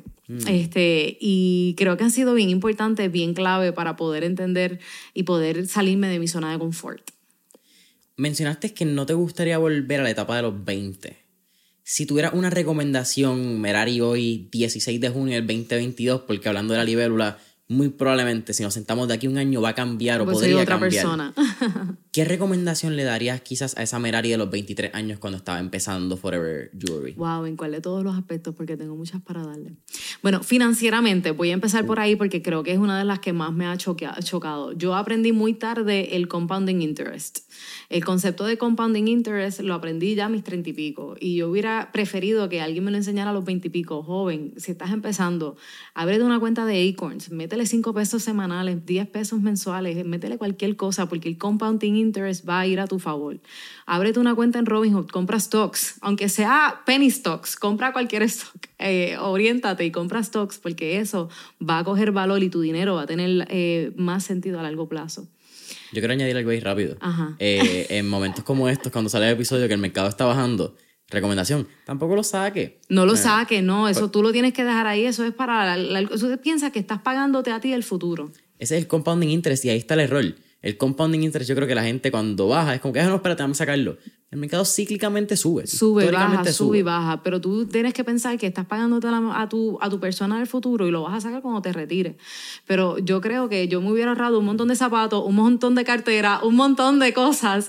Speaker 2: y creo que han sido bien importantes, bien clave para poder entender y poder salirme de mi zona de confort.
Speaker 1: Mencionaste que no te gustaría volver a la etapa de los 20. Si tuvieras una recomendación, Merari, hoy, 16 de junio del 2022, porque hablando de la libélula, muy probablemente si nos sentamos de aquí a un año va a cambiar
Speaker 2: pues
Speaker 1: o podría
Speaker 2: otra
Speaker 1: cambiar.
Speaker 2: Persona.
Speaker 1: ¿Qué recomendación le darías quizás a esa Merari de los 23 años cuando estaba empezando Forever Jewelry?
Speaker 2: Wow, ¿en cuál de todos los aspectos? Porque tengo muchas para darle. Bueno, financieramente, voy a empezar por ahí porque creo que es una de las que más me ha chocado. Yo aprendí muy tarde el compounding interest. El concepto de compounding interest lo aprendí ya a mis 30 y pico. Y yo hubiera preferido que alguien me lo enseñara a los 20 y pico. Joven, si estás empezando, ábrete una cuenta de Acorns, métele 5 pesos semanales, 10 pesos mensuales, métele cualquier cosa porque el compounding interest va a ir a tu favor. Ábrete una cuenta en Robinhood, compra stocks, aunque sea penny stocks, compra cualquier stock, oriéntate y compra stocks porque eso va a coger valor y tu dinero va a tener más sentido a largo plazo.
Speaker 1: Yo quiero añadir algo ahí rápido.
Speaker 2: Ajá.
Speaker 1: En momentos como estos, cuando sale el episodio que el mercado está bajando, recomendación, tampoco lo saque.
Speaker 2: No lo saques, no, eso tú lo tienes que dejar ahí, eso es para... Eso piensa que estás pagándote a ti el futuro.
Speaker 1: Ese es el compounding interest y ahí está el error. El compounding interest, yo creo que la gente cuando baja es como que, no, espérate, vamos a sacarlo. El mercado cíclicamente sube.
Speaker 2: Sube y baja, pero tú tienes que pensar que estás pagándote a tu persona del futuro y lo vas a sacar cuando te retires. Pero yo creo que yo me hubiera ahorrado un montón de zapatos, un montón de cartera, un montón de cosas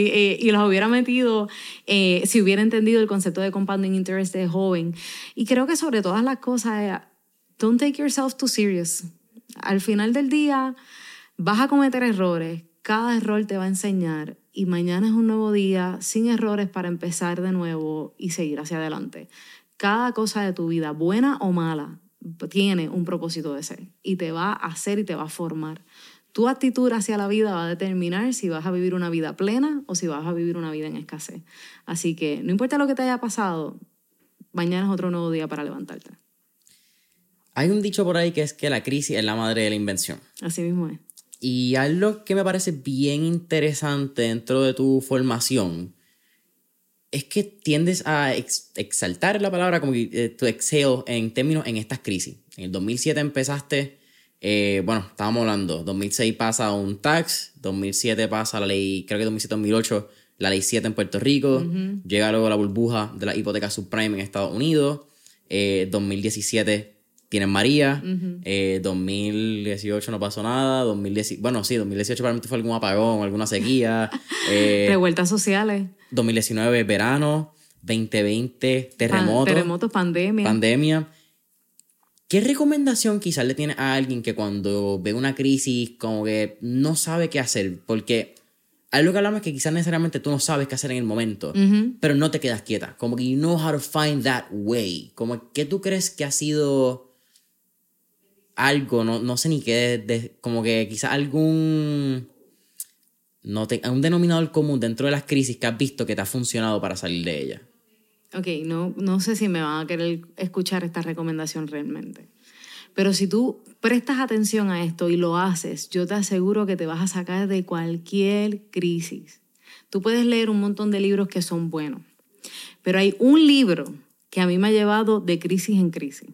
Speaker 2: y los hubiera metido si hubiera entendido el concepto de compounding interest de joven. Y creo que sobre todas las cosas, don't take yourself too serious. Al final del día vas a cometer errores, cada error te va a enseñar y mañana es un nuevo día sin errores para empezar de nuevo y seguir hacia adelante. Cada cosa de tu vida, buena o mala, tiene un propósito de ser y te va a hacer y te va a formar. Tu actitud hacia la vida va a determinar si vas a vivir una vida plena o si vas a vivir una vida en escasez. Así que no importa lo que te haya pasado, mañana es otro nuevo día para levantarte.
Speaker 1: Hay un dicho por ahí que es que la crisis es la madre de la invención.
Speaker 2: Así mismo es.
Speaker 1: Y algo que me parece bien interesante dentro de tu formación es que tiendes a exaltar la palabra como tu excel en términos en estas crisis. En el 2007 empezaste, estábamos hablando, 2006 pasa un tax, 2007 pasa la ley, creo que 2007-2008, la ley 7 en Puerto Rico, llega luego la burbuja de la hipoteca subprime en Estados Unidos, 2017 tienes María, 2018 no pasó nada, 2018 probablemente fue algún apagón, alguna sequía.
Speaker 2: Revueltas sociales.
Speaker 1: 2019 verano, 2020
Speaker 2: terremotos,
Speaker 1: pandemia. ¿Qué recomendación quizás le tienes a alguien que cuando ve una crisis como que no sabe qué hacer? Porque algo que hablamos es que quizás necesariamente tú no sabes qué hacer en el momento, pero no te quedas quieta. Como que you know how to find that way. Como que tú crees que ha sido algo, no sé ni qué, como que quizás un denominador común dentro de las crisis que has visto que te ha funcionado para salir de ella.
Speaker 2: Ok, no sé si me van a querer escuchar esta recomendación realmente. Pero si tú prestas atención a esto y lo haces, yo te aseguro que te vas a sacar de cualquier crisis. Tú puedes leer un montón de libros que son buenos, pero hay un libro que a mí me ha llevado de crisis en crisis.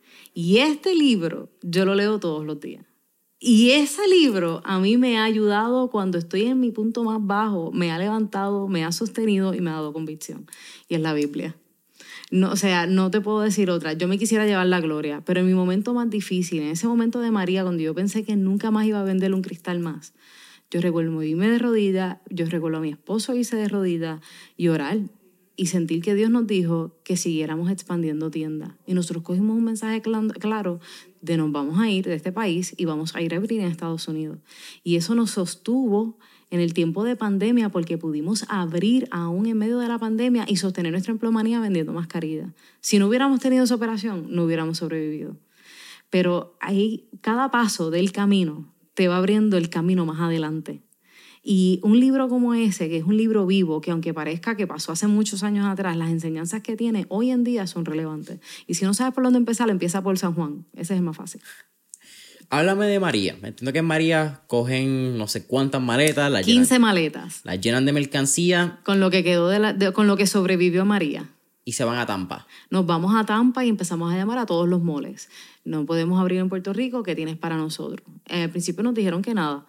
Speaker 2: Y este libro yo lo leo todos los días. Y ese libro a mí me ha ayudado cuando estoy en mi punto más bajo, me ha levantado, me ha sostenido y me ha dado convicción. Y es la Biblia. No, o sea, no te puedo decir otra. Yo me quisiera llevar la gloria, pero en mi momento más difícil, en ese momento de María, cuando yo pensé que nunca más iba a venderle un cristal más, yo recuerdo irme de rodillas, yo recuerdo a mi esposo irse de rodillas y orar y sentir que Dios nos dijo que siguiéramos expandiendo tiendas. Y nosotros cogimos un mensaje claro de nos vamos a ir de este país y vamos a ir a abrir en Estados Unidos. Y eso nos sostuvo en el tiempo de pandemia porque pudimos abrir aún en medio de la pandemia y sostener nuestra empleomanía vendiendo mascarillas. Si no hubiéramos tenido esa operación, no hubiéramos sobrevivido. Pero ahí cada paso del camino te va abriendo el camino más adelante. Y un libro como ese, que es un libro vivo, que aunque parezca que pasó hace muchos años atrás, las enseñanzas que tiene hoy en día son relevantes. Y si no sabes por dónde empezar, empieza por San Juan. Ese es el más fácil.
Speaker 1: Háblame de María. Entiendo que en María cogen no sé cuántas maletas.
Speaker 2: 15 maletas.
Speaker 1: Las llenan de mercancía.
Speaker 2: Con lo que quedó con lo que sobrevivió María.
Speaker 1: Y se van a Tampa.
Speaker 2: Nos vamos a Tampa y empezamos a llamar a todos los moles. No podemos abrir en Puerto Rico, ¿qué tienes para nosotros? Al principio nos dijeron que nada.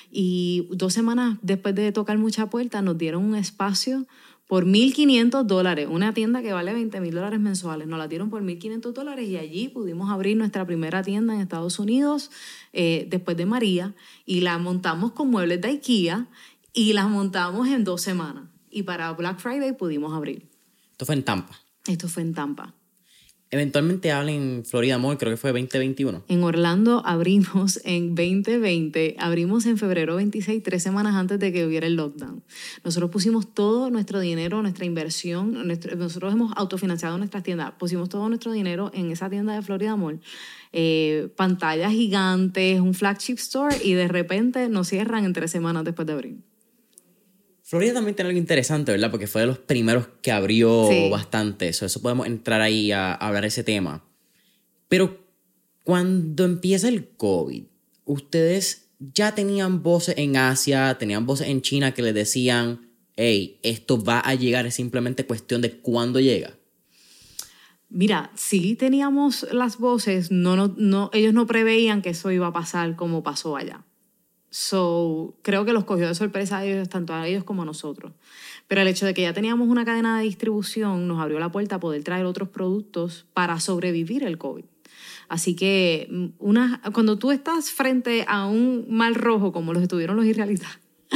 Speaker 2: Y 2 semanas después de tocar mucha puerta, nos dieron un espacio por $1,500. Una tienda que vale $20,000 mensuales. Nos la dieron por $1,500 y allí pudimos abrir nuestra primera tienda en Estados Unidos después de María. Y la montamos con muebles de IKEA y la montamos en 2 semanas. Y para Black Friday pudimos abrir.
Speaker 1: Esto fue en Tampa.
Speaker 2: Esto fue en Tampa.
Speaker 1: Eventualmente hablan en Florida Mall, creo que fue 2021.
Speaker 2: En Orlando abrimos en 2020, abrimos en febrero 26, 3 semanas antes de que hubiera el lockdown. Nosotros pusimos todo nuestro dinero, nuestra inversión, nosotros hemos autofinanciado nuestras tiendas, pusimos todo nuestro dinero en esa tienda de Florida Mall, pantallas gigantes, un flagship store y de repente nos cierran en 3 semanas después de abrir.
Speaker 1: Florida también tiene algo interesante, ¿verdad? Porque fue de los primeros que abrió bastante. Eso podemos entrar ahí a hablar de ese tema. Pero cuando empieza el COVID, ustedes ya tenían voces en Asia, tenían voces en China que les decían, hey, esto va a llegar, es simplemente cuestión de cuándo llega.
Speaker 2: Mira, sí teníamos las voces, ellos no preveían que eso iba a pasar como pasó allá. Creo que los cogió de sorpresa a ellos, tanto a ellos como a nosotros. Pero el hecho de que ya teníamos una cadena de distribución nos abrió la puerta a poder traer otros productos para sobrevivir el COVID. Así que cuando tú estás frente a un mar rojo como los estuvieron los israelitas,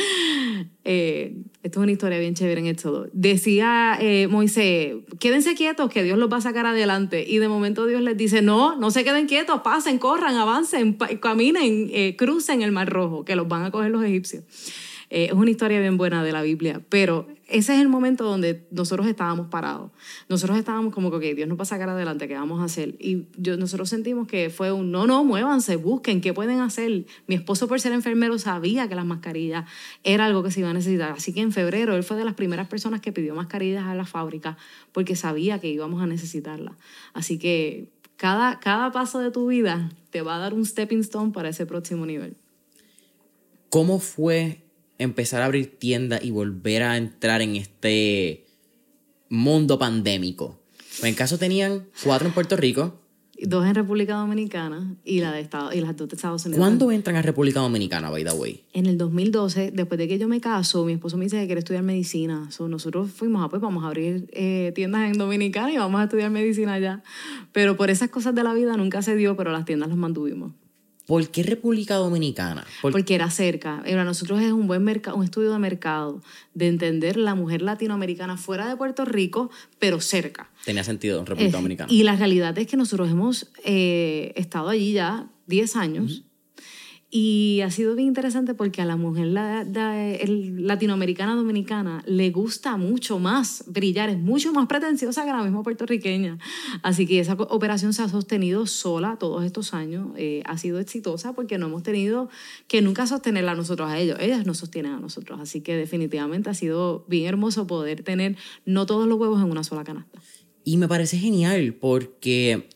Speaker 2: esto es una historia bien chévere en Éxodo. Decía Moisés, quédense quietos que Dios los va a sacar adelante. Y de momento Dios les dice, no se queden quietos, pasen, corran, avancen, caminen, crucen el Mar Rojo, que los van a coger los egipcios. Es una historia bien buena de la Biblia, pero ese es el momento donde nosotros estábamos parados. Nosotros estábamos como que, okay, Dios nos va a sacar adelante, ¿qué vamos a hacer? Y nosotros sentimos que fue un no, muévanse, busquen, ¿qué pueden hacer? Mi esposo, por ser enfermero, sabía que las mascarillas era algo que se iba a necesitar. Así que en febrero él fue de las primeras personas que pidió mascarillas a la fábrica porque sabía que íbamos a necesitarlas. Así que cada paso de tu vida te va a dar un stepping stone para ese próximo nivel.
Speaker 1: ¿Cómo fue empezar a abrir tiendas y volver a entrar en este mundo pandémico? En caso tenían 4 en Puerto Rico,
Speaker 2: 2 en República Dominicana y las 2 de Estados Unidos.
Speaker 1: ¿Cuándo entran a República Dominicana, by the way?
Speaker 2: En el 2012, después de que yo me caso, mi esposo me dice que quiere estudiar medicina. Nosotros fuimos, pues vamos a abrir tiendas en Dominicana y vamos a estudiar medicina allá. Pero por esas cosas de la vida nunca se dio, pero las tiendas las mantuvimos.
Speaker 1: ¿Por qué República Dominicana?
Speaker 2: Porque era cerca. Para nosotros es un buen un estudio de mercado, de entender la mujer latinoamericana fuera de Puerto Rico, pero cerca.
Speaker 1: Tenía sentido en República Dominicana.
Speaker 2: Y la realidad es que nosotros hemos estado allí ya 10 años. Y ha sido bien interesante porque a la mujer latinoamericana dominicana le gusta mucho más brillar, es mucho más pretenciosa que la misma puertorriqueña. Así que esa operación se ha sostenido sola todos estos años. Ha sido exitosa porque no hemos tenido que nunca sostenerla a nosotros a ellos. Ellas nos sostienen a nosotros. Así que definitivamente ha sido bien hermoso poder tener no todos los huevos en una sola canasta.
Speaker 1: Y me parece genial porque,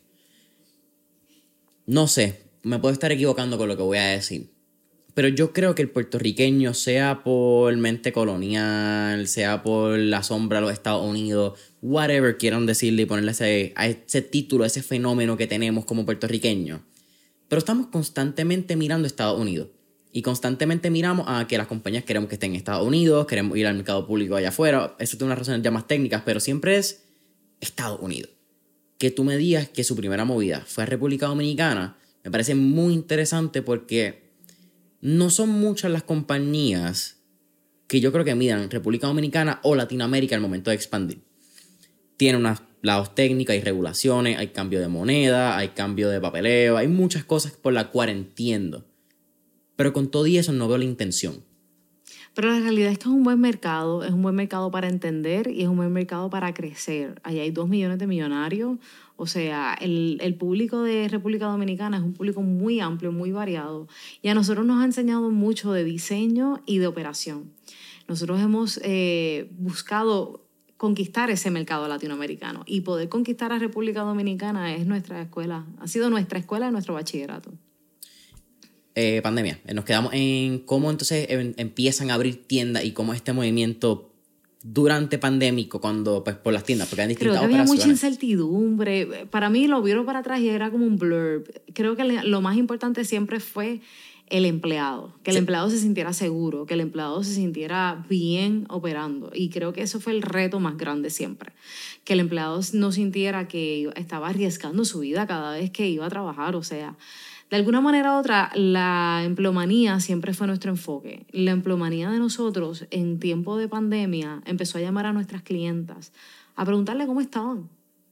Speaker 1: no sé, me puedo estar equivocando con lo que voy a decir, pero yo creo que el puertorriqueño, sea por mente colonial, sea por la sombra de los Estados Unidos, whatever quieran decirle y ponerle a ese título, a ese fenómeno que tenemos como puertorriqueños, pero estamos constantemente mirando a Estados Unidos. Y constantemente miramos a que las compañías queremos que estén en Estados Unidos, queremos ir al mercado público allá afuera. Eso tiene unas razones ya más técnicas, pero siempre es Estados Unidos. Que tú me digas que su primera movida fue a República Dominicana, me parece muy interesante porque no son muchas las compañías que yo creo que midan República Dominicana o Latinoamérica al momento de expandir. Tiene unos lados técnicos, hay regulaciones, hay cambio de moneda, hay cambio de papeleo, hay muchas cosas por las cuales entiendo. Pero con todo y eso no veo la intención.
Speaker 2: Pero la realidad es que es un buen mercado para entender y es un buen mercado para crecer. Allí hay 2 millones de millonarios. O sea, el público de República Dominicana es un público muy amplio, muy variado. Y a nosotros nos ha enseñado mucho de diseño y de operación. Nosotros hemos buscado conquistar ese mercado latinoamericano. Y poder conquistar a República Dominicana es nuestra escuela. Ha sido nuestra escuela y nuestro bachillerato.
Speaker 1: Pandemia. Nos quedamos en cómo entonces empiezan a abrir tiendas y cómo este movimiento durante pandémico, cuando pues por las tiendas, porque hay distintas
Speaker 2: operaciones. Creo que había
Speaker 1: operaciones.
Speaker 2: mucha incertidumbre. Para mí lo vieron para atrás y era como un blurb. Creo que lo más importante siempre fue el empleado, que el empleado se sintiera seguro, que el empleado se sintiera bien operando. Y creo que eso fue el reto más grande siempre, que el empleado no sintiera que estaba arriesgando su vida cada vez que iba a trabajar. O sea, de alguna manera u otra, la empleomanía siempre fue nuestro enfoque. La empleomanía de nosotros en tiempo de pandemia empezó a llamar a nuestras clientas, a preguntarle cómo estaban.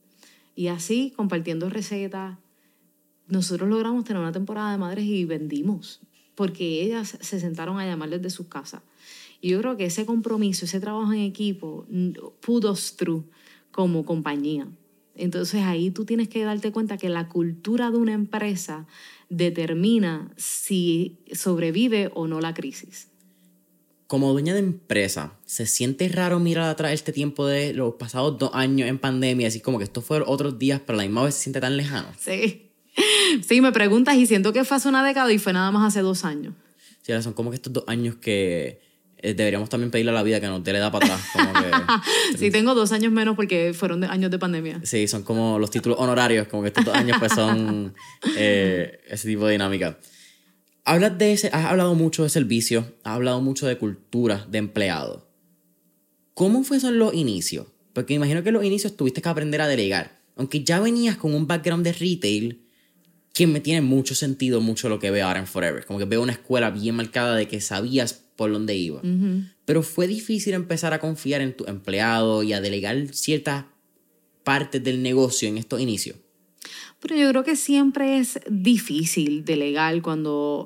Speaker 2: Y así, compartiendo recetas, nosotros logramos tener una temporada de madres y vendimos, porque ellas se sentaron a llamar desde sus casas. Y yo creo que ese compromiso, ese trabajo en equipo, put us through como compañía. Entonces ahí tú tienes que darte cuenta que la cultura de una empresa determina si sobrevive o no la crisis.
Speaker 1: Como dueña de empresa, ¿se siente raro mirar atrás este tiempo de los pasados 2 años en pandemia? Así como que estos fueron otros días, pero a la misma vez se siente tan lejano.
Speaker 2: Sí, me preguntas y siento que fue hace una década y fue nada más hace 2 años.
Speaker 1: Sí, son como que estos 2 años que deberíamos también pedirle a la vida que nos dé la edad para atrás. Como que,
Speaker 2: sí, tengo 2 años menos porque fueron años de pandemia.
Speaker 1: Sí, son como los títulos honorarios, como que estos 2 años pues son ese tipo de dinámica. Has hablado mucho de servicio, has hablado mucho de cultura, de empleado. ¿Cómo fue eso en los inicios? Porque imagino que en los inicios tuviste que aprender a delegar. Aunque ya venías con un background de retail, que me tiene mucho sentido mucho lo que veo ahora en Forever. Como que veo una escuela bien marcada de que sabías por dónde iba. Uh-huh. Pero fue difícil empezar a confiar en tu empleado y a delegar ciertas partes del negocio en estos inicios.
Speaker 2: Pero yo creo que siempre es difícil delegar cuando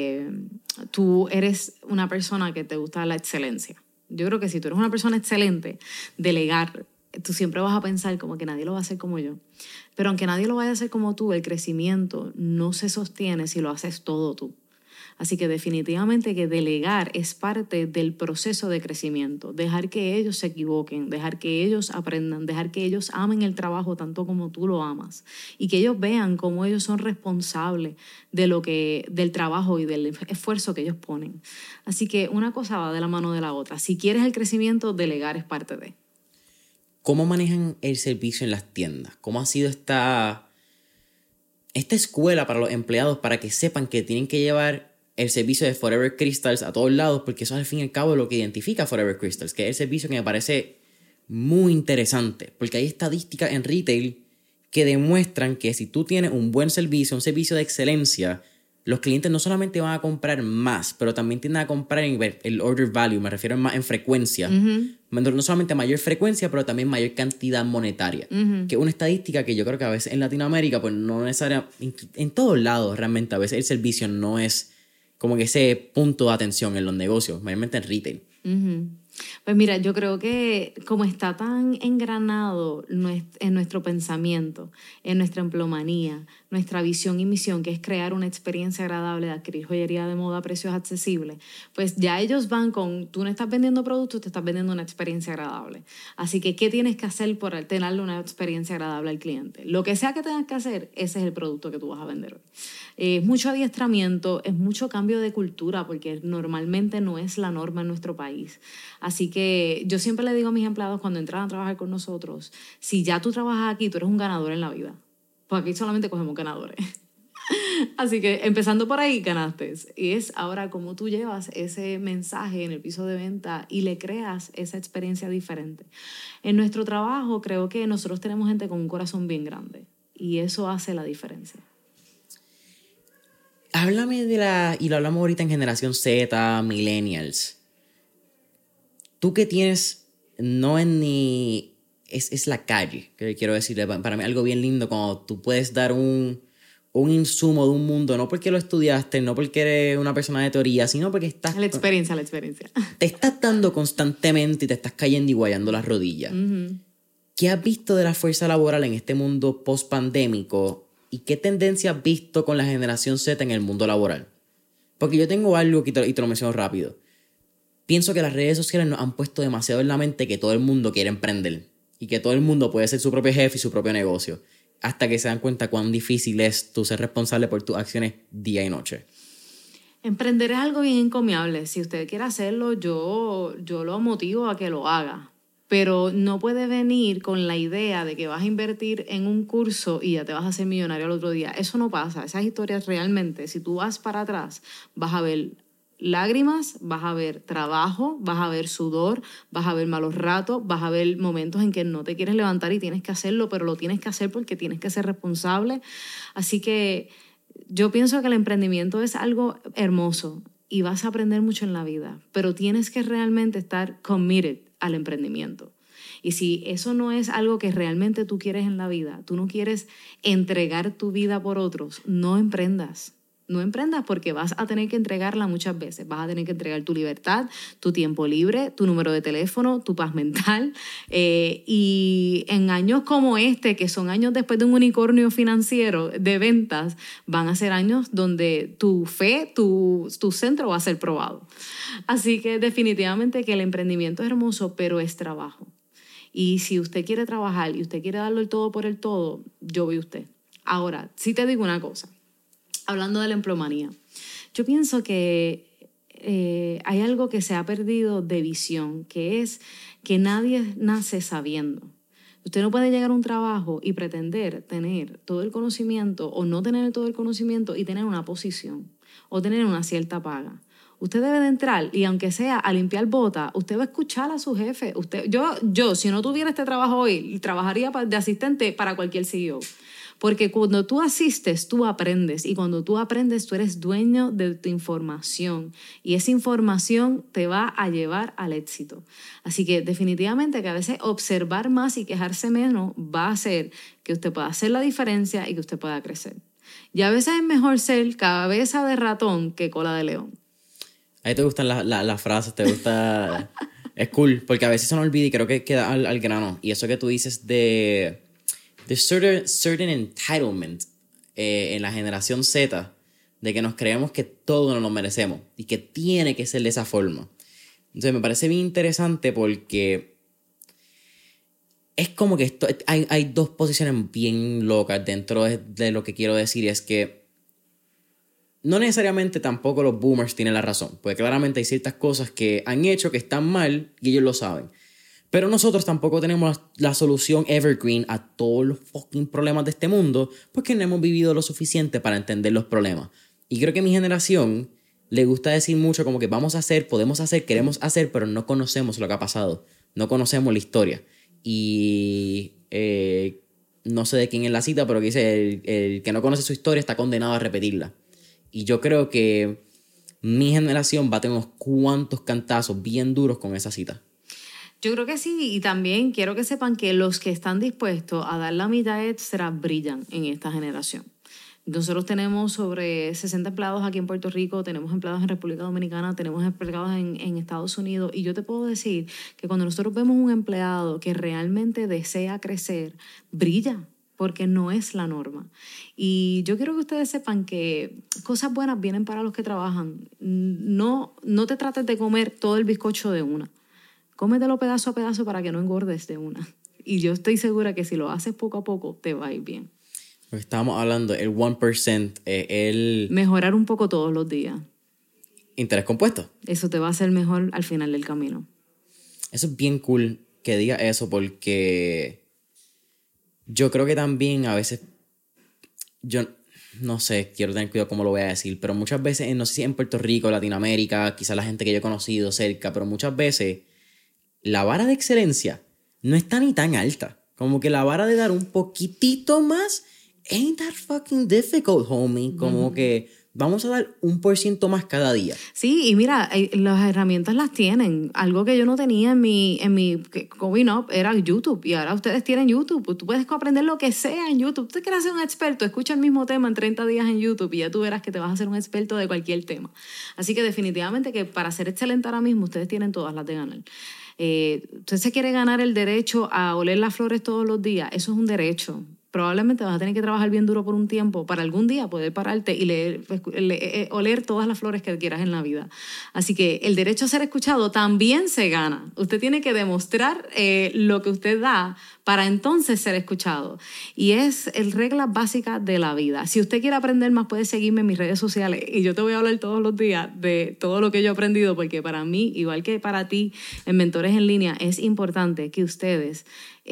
Speaker 2: tú eres una persona que te gusta la excelencia. Yo creo que si tú eres una persona excelente, delegar, tú siempre vas a pensar como que nadie lo va a hacer como yo. Pero aunque nadie lo vaya a hacer como tú, el crecimiento no se sostiene si lo haces todo tú. Así que definitivamente que delegar es parte del proceso de crecimiento. Dejar que ellos se equivoquen, dejar que ellos aprendan, dejar que ellos amen el trabajo tanto como tú lo amas. Y que ellos vean cómo ellos son responsables del trabajo y del esfuerzo que ellos ponen. Así que una cosa va de la mano de la otra. Si quieres el crecimiento, delegar es parte de.
Speaker 1: ¿Cómo manejan el servicio en las tiendas? ¿Cómo ha sido esta escuela para los empleados para que sepan que tienen que llevar el servicio de Forever Crystals a todos lados? Porque eso es al fin y al cabo lo que identifica a Forever Crystals, que es el servicio que me parece muy interesante, porque hay estadísticas en retail que demuestran que si tú tienes un buen servicio, un servicio de excelencia, los clientes no solamente van a comprar más, pero también tienden a comprar en el order value, me refiero más en frecuencia. Uh-huh. No solamente mayor frecuencia, pero también mayor cantidad monetaria. Uh-huh. Que es una estadística que yo creo que a veces en Latinoamérica, pues no necesariamente, en todos lados realmente, a veces el servicio no es como que ese punto de atención en los negocios, mayormente en retail.
Speaker 2: Uh-huh. Pues mira, yo creo que como está tan engranado en nuestro pensamiento, en nuestra empleomanía, nuestra visión y misión, que es crear una experiencia agradable de adquirir joyería de moda a precios accesibles, pues ya ellos van con, tú no estás vendiendo productos, te estás vendiendo una experiencia agradable. Así que, ¿qué tienes que hacer por tenerle una experiencia agradable al cliente? Lo que sea que tengas que hacer, ese es el producto que tú vas a vender hoy. Es mucho adiestramiento, es mucho cambio de cultura, porque normalmente no es la norma en nuestro país. Así que yo siempre le digo a mis empleados cuando entran a trabajar con nosotros, si ya tú trabajas aquí, tú eres un ganador en la vida. Pues aquí solamente cogemos ganadores. Así que empezando por ahí, ganaste. Y es ahora cómo tú llevas ese mensaje en el piso de venta y le creas esa experiencia diferente. En nuestro trabajo creo que nosotros tenemos gente con un corazón bien grande y eso hace la diferencia.
Speaker 1: Háblame y lo hablamos ahorita en generación Z, millennials. Tú que tienes, no es ni, es la calle, que quiero decirle, para mí algo bien lindo cuando tú puedes dar un insumo de un mundo, no porque lo estudiaste, no porque eres una persona de teoría, sino porque estás...
Speaker 2: La experiencia.
Speaker 1: Te estás dando constantemente y te estás cayendo y guayando las rodillas.
Speaker 2: Uh-huh.
Speaker 1: ¿Qué has visto de la fuerza laboral en este mundo post-pandémico y qué tendencia has visto con la generación Z en el mundo laboral? Porque yo tengo algo y te lo menciono rápido. Pienso que las redes sociales nos han puesto demasiado en la mente que todo el mundo quiere emprender y que todo el mundo puede ser su propio jefe y su propio negocio, hasta que se dan cuenta cuán difícil es tú ser responsable por tus acciones día y noche.
Speaker 2: Emprender es algo bien encomiable. Si usted quiere hacerlo, yo lo motivo a que lo haga. Pero no puede venir con la idea de que vas a invertir en un curso y ya te vas a hacer millonario al otro día. Eso no pasa. Esas historias realmente, si tú vas para atrás, vas a ver lágrimas, vas a ver trabajo, vas a ver sudor, vas a ver malos ratos, vas a ver momentos en que no te quieres levantar y tienes que hacerlo, pero lo tienes que hacer porque tienes que ser responsable. Así que yo pienso que el emprendimiento es algo hermoso y vas a aprender mucho en la vida, pero tienes que realmente estar committed al emprendimiento. Y si eso no es algo que realmente tú quieres en la vida, tú no quieres entregar tu vida por otros, no emprendas. No emprendas porque vas a tener que entregarla muchas veces. Vas a tener que entregar tu libertad, tu tiempo libre, tu número de teléfono, tu paz mental. Y en años como este, que son años después de un unicornio financiero de ventas, van a ser años donde tu fe, tu centro va a ser probado. Así que definitivamente que el emprendimiento es hermoso, pero es trabajo. Y si usted quiere trabajar y usted quiere darlo el todo por el todo, yo voy a usted. Ahora, sí te digo una cosa. Hablando de la empleomanía, yo pienso que hay algo que se ha perdido de visión, que es que nadie nace sabiendo. Usted no puede llegar a un trabajo y pretender tener todo el conocimiento o no tener todo el conocimiento y tener una posición o tener una cierta paga. Usted debe de entrar y aunque sea a limpiar botas, usted va a escuchar a su jefe. Yo, si no tuviera este trabajo hoy, trabajaría de asistente para cualquier CEO. Porque cuando tú asistes, tú aprendes. Y cuando tú aprendes, tú eres dueño de tu información. Y esa información te va a llevar al éxito. Así que definitivamente que a veces observar más y quejarse menos va a hacer que usted pueda hacer la diferencia y que usted pueda crecer. Y a veces es mejor ser cabeza de ratón que cola de león.
Speaker 1: A ti te gustan las frases, te gusta... Es cool, porque a veces se nos olvida y creo que queda al grano. Y eso que tú dices de certain entitlement en la generación Z, de que nos creemos que todo nos lo merecemos y que tiene que ser de esa forma. Entonces me parece bien interesante porque es como que hay dos posiciones bien locas dentro de lo que quiero decir, y es que no necesariamente tampoco los boomers tienen la razón, porque claramente hay ciertas cosas que han hecho que están mal y ellos lo saben. Pero nosotros tampoco tenemos la solución evergreen a todos los fucking problemas de este mundo porque no hemos vivido lo suficiente para entender los problemas. Y creo que a mi generación le gusta decir mucho como que vamos a hacer, podemos hacer, queremos hacer, pero no conocemos lo que ha pasado. No conocemos la historia. Y no sé de quién es la cita, pero que dice el que no conoce su historia está condenado a repetirla. Y yo creo que mi generación va a tener unos cuantos cantazos bien duros con esa cita.
Speaker 2: Yo creo que sí, y también quiero que sepan que los que están dispuestos a dar la mitad extra brillan en esta generación. Nosotros tenemos sobre 60 empleados aquí en Puerto Rico, tenemos empleados en República Dominicana, tenemos empleados en Estados Unidos, y yo te puedo decir que cuando nosotros vemos un empleado que realmente desea crecer, brilla, porque no es la norma. Y yo quiero que ustedes sepan que cosas buenas vienen para los que trabajan. No te trates de comer todo el bizcocho de una. Cómetelo pedazo a pedazo para que no engordes de una. Y yo estoy segura que si lo haces poco a poco, te va a ir bien.
Speaker 1: Lo que estábamos hablando, el 1%, el...
Speaker 2: Mejorar un poco todos los días.
Speaker 1: Interés compuesto.
Speaker 2: Eso te va a hacer mejor al final del camino.
Speaker 1: Eso es bien cool que diga eso, porque yo creo que también a veces, yo no sé, quiero tener cuidado cómo lo voy a decir, pero muchas veces, no sé si en Puerto Rico, Latinoamérica, quizás la gente que yo he conocido cerca, pero muchas veces la vara de excelencia no está ni tan alta. Como que la vara de dar un poquitito más, ain't that fucking difficult, homie. Como que vamos a dar 1% más cada día.
Speaker 2: Sí, y mira, las herramientas las tienen. Algo que yo no tenía en mi growing up era YouTube, y ahora ustedes tienen YouTube. Tú puedes aprender lo que sea en YouTube. Tú te quieres ser un experto, escucha el mismo tema en 30 días en YouTube y ya tú verás que te vas a hacer un experto de cualquier tema. Así que definitivamente que para ser excelente ahora mismo ustedes tienen todas las de ganar. Usted se quiere ganar el derecho a oler las flores todos los días, eso es un derecho. Probablemente vas a tener que trabajar bien duro por un tiempo para algún día poder pararte y oler todas las flores que quieras en la vida. Así que el derecho a ser escuchado también se gana. Usted tiene que demostrar lo que usted da para entonces ser escuchado. Y es el regla básica de la vida. Si usted quiere aprender más, puede seguirme en mis redes sociales y yo te voy a hablar todos los días de todo lo que yo he aprendido, porque para mí, igual que para ti en Mentores en Línea, es importante que ustedes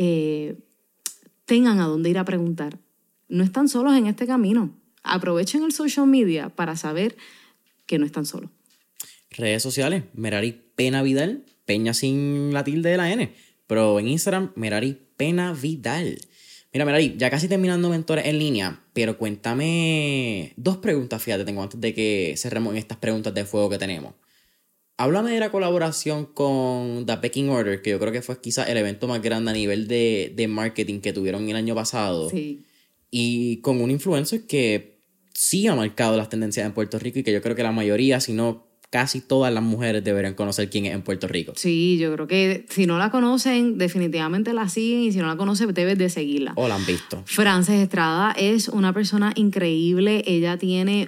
Speaker 2: tengan a dónde ir a preguntar. No están solos en este camino. Aprovechen el social media para saber que no están solos.
Speaker 1: Redes sociales, Merari Pena Vidal, Peña sin la tilde de la N, pero en Instagram, Merari Pena Vidal. Mira, Merari, ya casi terminando Mentores en Línea, pero cuéntame 2 preguntas, fíjate, tengo antes de que cerremos en estas preguntas de fuego que tenemos. Háblame de la colaboración con The Pecking Order, que yo creo que fue quizás el evento más grande a nivel de marketing que tuvieron el año pasado.
Speaker 2: Sí.
Speaker 1: Y con un influencer que sí ha marcado las tendencias en Puerto Rico y que yo creo que la mayoría, si no casi todas las mujeres deberían conocer quién es en Puerto Rico.
Speaker 2: Sí, yo creo que si no la conocen, definitivamente la siguen, y si no la conocen, debes de seguirla.
Speaker 1: O la han visto.
Speaker 2: Frances Estrada es una persona increíble. Ella tiene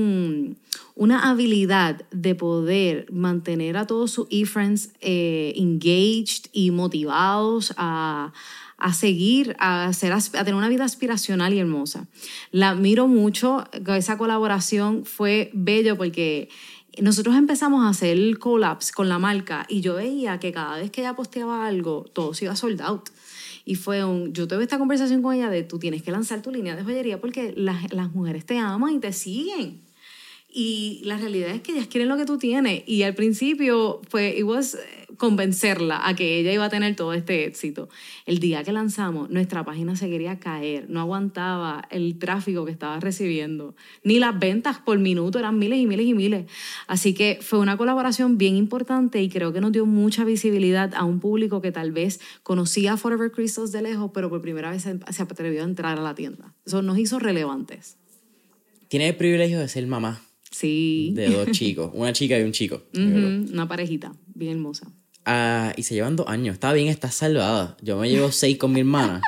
Speaker 2: una habilidad de poder mantener a todos sus e-friends engaged y motivados a seguir, a tener una vida aspiracional y hermosa. La admiro mucho. Esa colaboración fue bello porque nosotros empezamos a hacer collabs con la marca y yo veía que cada vez que ella posteaba algo, todo se iba sold out. Y yo tuve esta conversación con ella de tú tienes que lanzar tu línea de joyería porque las mujeres te aman y te siguen. Y la realidad es que ellas quieren lo que tú tienes. Y al principio fue convencerla a que ella iba a tener todo este éxito. El día que lanzamos, nuestra página se quería caer. No aguantaba el tráfico que estaba recibiendo. Ni las ventas por minuto, eran miles y miles y miles. Así que fue una colaboración bien importante y creo que nos dio mucha visibilidad a un público que tal vez conocía Forever Crystals de lejos, pero por primera vez se atrevió a entrar a la tienda. Eso nos hizo relevantes.
Speaker 1: Tiene el privilegio de ser mamá.
Speaker 2: Sí.
Speaker 1: De 2 chicos, una chica y un chico.
Speaker 2: Una parejita bien hermosa.
Speaker 1: Y se llevan 2 años. Está bien, está salvada. Yo me llevo 6 con mi hermana.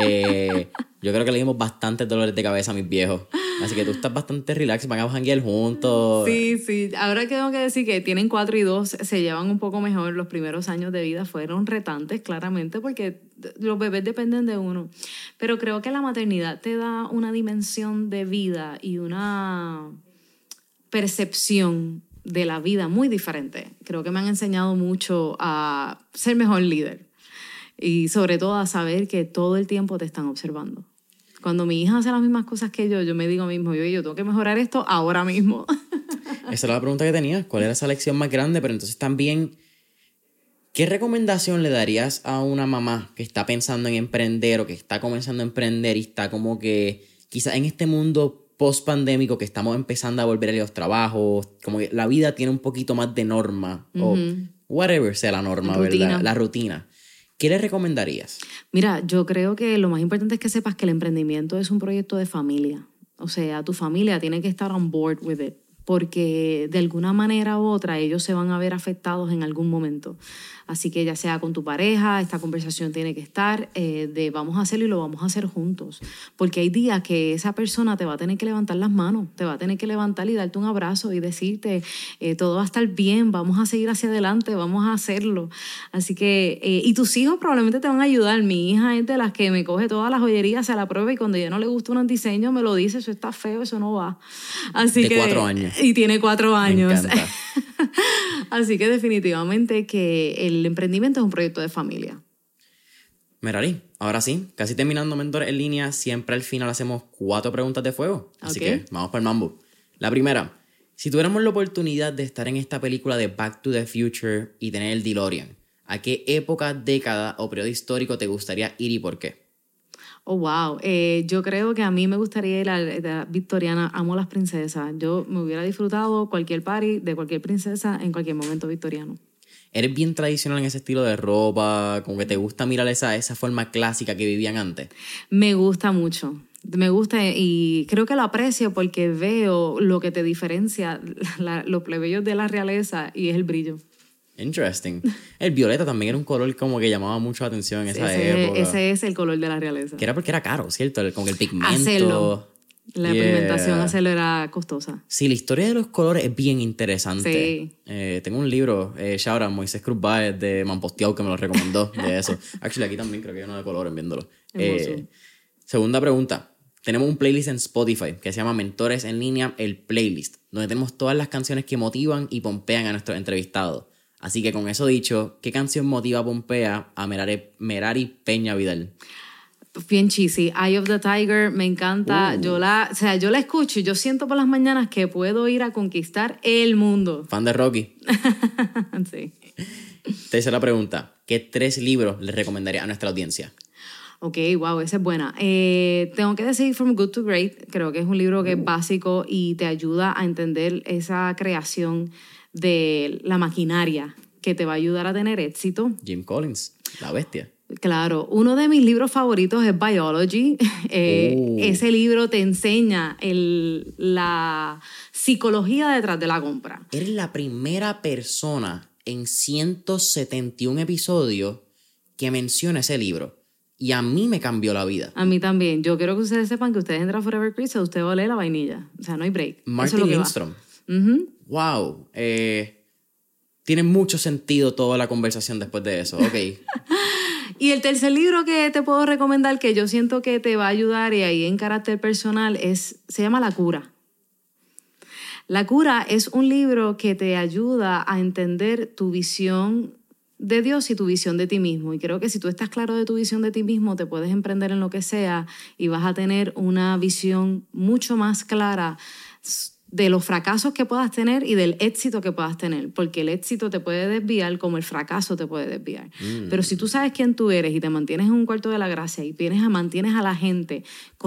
Speaker 1: Yo creo que le dimos bastantes dolores de cabeza a mis viejos. Así que tú estás bastante relax, van a janguear juntos.
Speaker 2: Sí. Ahora que tengo que decir que tienen 4 y 2, se llevan un poco mejor. Los primeros años de vida fueron retantes, claramente, porque los bebés dependen de uno. Pero creo que la maternidad te da una dimensión de vida y una percepción de la vida muy diferente. Creo que me han enseñado mucho a ser mejor líder y sobre todo a saber que todo el tiempo te están observando. Cuando mi hija hace las mismas cosas que yo me digo a mí mismo, yo tengo que mejorar esto ahora mismo.
Speaker 1: Esa era la pregunta que tenía. ¿Cuál era esa lección más grande? Pero entonces también, ¿qué recomendación le darías a una mamá que está pensando en emprender o que está comenzando a emprender y está como que quizás en este mundo post-pandémico que estamos empezando a volver a los trabajos, como que la vida tiene un poquito más de norma o whatever sea la norma, ¿verdad? La rutina. ¿Qué le recomendarías?
Speaker 2: Mira, yo creo que lo más importante es que sepas que el emprendimiento es un proyecto de familia. O sea, tu familia tiene que estar on board with it, porque de alguna manera u otra ellos se van a ver afectados en algún momento. Así que ya sea con tu pareja, esta conversación tiene que estar de vamos a hacerlo y lo vamos a hacer juntos. Porque hay días que esa persona te va a tener que levantar las manos, te va a tener que levantar y darte un abrazo y decirte todo va a estar bien, vamos a seguir hacia adelante, vamos a hacerlo. Así que, y tus hijos probablemente te van a ayudar. Mi hija es de las que me coge todas las joyerías, se la prueba y cuando ya no le gusta un diseño me lo dice, eso está feo, eso no va. Así
Speaker 1: de
Speaker 2: que,
Speaker 1: 4 años.
Speaker 2: Y tiene 4 años.
Speaker 1: Me encanta.
Speaker 2: Así que definitivamente que el emprendimiento es un proyecto de familia.
Speaker 1: Merari, ahora sí, casi terminando Mentores en Línea, siempre al final hacemos 4 preguntas de fuego. Así que vamos para el mambo. La primera, si tuviéramos la oportunidad de estar en esta película de Back to the Future y tener el DeLorean, ¿a qué época, década o periodo histórico te gustaría ir y por qué?
Speaker 2: Oh, wow. Yo creo que a mí me gustaría ir a la victoriana. Amo las princesas. Yo me hubiera disfrutado cualquier party de cualquier princesa en cualquier momento victoriano.
Speaker 1: ¿Eres bien tradicional en ese estilo de ropa? ¿Como que te gusta mirar esa forma clásica que vivían antes?
Speaker 2: Me gusta mucho. Me gusta y creo que lo aprecio porque veo lo que te diferencia los plebeyos de la realeza y es el brillo.
Speaker 1: Interesting. El violeta también era un color como que llamaba mucho la atención en esa época.
Speaker 2: Ese es el color de la realeza.
Speaker 1: Que era porque era caro, ¿cierto? Como que el pigmento.
Speaker 2: Hacerlo. La pigmentación, hacerlo era costosa.
Speaker 1: Sí, la historia de los colores es bien interesante.
Speaker 2: Sí.
Speaker 1: Tengo un libro, shout out, Moisés Cruz Báez de Mamposteado, que me lo recomendó de eso. Actually, aquí también creo que hay uno de colores viéndolo. Segunda pregunta. Tenemos un playlist en Spotify que se llama Mentores en Línea, el playlist, donde tenemos todas las canciones que motivan y pompean a nuestros entrevistados. Así que con eso dicho, ¿qué canción motiva pompea a Merari Peña Vidal?
Speaker 2: Bien cheesy. Eye of the Tiger, me encanta. Yo la escucho y yo siento por las mañanas que puedo ir a conquistar el mundo.
Speaker 1: Fan de Rocky.
Speaker 2: Sí.
Speaker 1: Tercera pregunta. ¿Qué 3 libros le recomendaría a nuestra audiencia?
Speaker 2: Ok, wow, esa es buena. Tengo que decir From Good to Great. Creo que es un libro que es básico y te ayuda a entender esa creación de la maquinaria que te va a ayudar a tener éxito.
Speaker 1: Jim Collins, la bestia.
Speaker 2: Claro, uno de mis libros favoritos es Biology. Ese libro te enseña la psicología detrás de la compra.
Speaker 1: Eres la primera persona en 171 episodios que menciona ese libro. Y a mí me cambió la vida.
Speaker 2: A mí también. Yo quiero que ustedes sepan que ustedes entran a Forever Crystal, usted va a leer la vainilla. O sea, no hay break.
Speaker 1: Martin Lindstrom. Wow. Tiene mucho sentido toda la conversación después de eso. Ok.
Speaker 2: Y el tercer libro que te puedo recomendar, que yo siento que te va a ayudar y ahí en carácter personal, se llama La Cura. La Cura es un libro que te ayuda a entender tu visión de Dios y tu visión de ti mismo. Y creo que si tú estás claro de tu visión de ti mismo, te puedes emprender en lo que sea y vas a tener una visión mucho más clara de los fracasos que puedas tener y del éxito que puedas tener, porque el éxito te puede desviar como el fracaso te puede desviar. Pero si tú sabes quién tú eres y te mantienes en un cuarto de la gracia y mantienes a la gente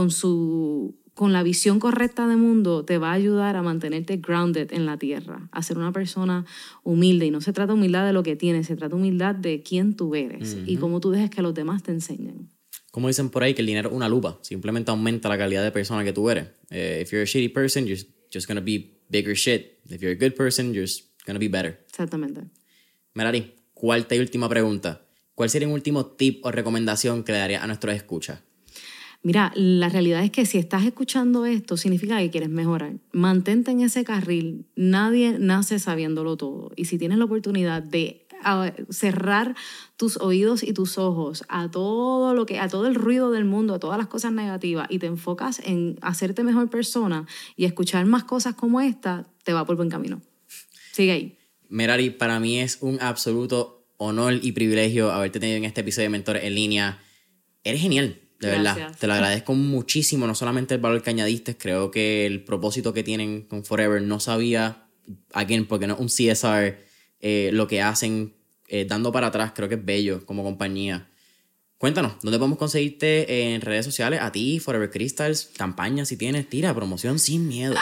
Speaker 2: con la visión correcta del mundo, te va a ayudar a mantenerte grounded en la tierra, a ser una persona humilde. Y no se trata de humildad de lo que tienes, se trata de humildad de quién tú eres y cómo tú dejes que los demás te enseñen.
Speaker 1: Como dicen por ahí, que el dinero es una lupa. Simplemente aumenta la calidad de persona que tú eres. If you're a shitty person, you're just gonna be bigger shit. If you're a good person, you're just gonna be better.
Speaker 2: Exactamente.
Speaker 1: Merari, cuarta y última pregunta. ¿Cuál sería un último tip o recomendación que le daría a nuestros escuchas?
Speaker 2: Mira, la realidad es que si estás escuchando esto, significa que quieres mejorar. Mantente en ese carril. Nadie nace sabiéndolo todo. Y si tienes la oportunidad de cerrar tus oídos y tus ojos a todo el ruido del mundo, a todas las cosas negativas, y te enfocas en hacerte mejor persona y escuchar más cosas como esta, te va por buen camino. Sigue ahí.
Speaker 1: Merari, para mí es un absoluto honor y privilegio haberte tenido en este episodio de Mentores en Línea. Eres genial. De verdad,
Speaker 2: Gracias.
Speaker 1: te lo agradezco muchísimo, no solamente el valor que añadiste, creo que el propósito que tienen con Forever, no sabía, again, porque no es un CSR, lo que hacen, dando para atrás, creo que es bello como compañía. Cuéntanos, ¿dónde podemos conseguirte en redes sociales? A ti, Forever Crystals, campaña si tienes, tira, promoción sin miedo.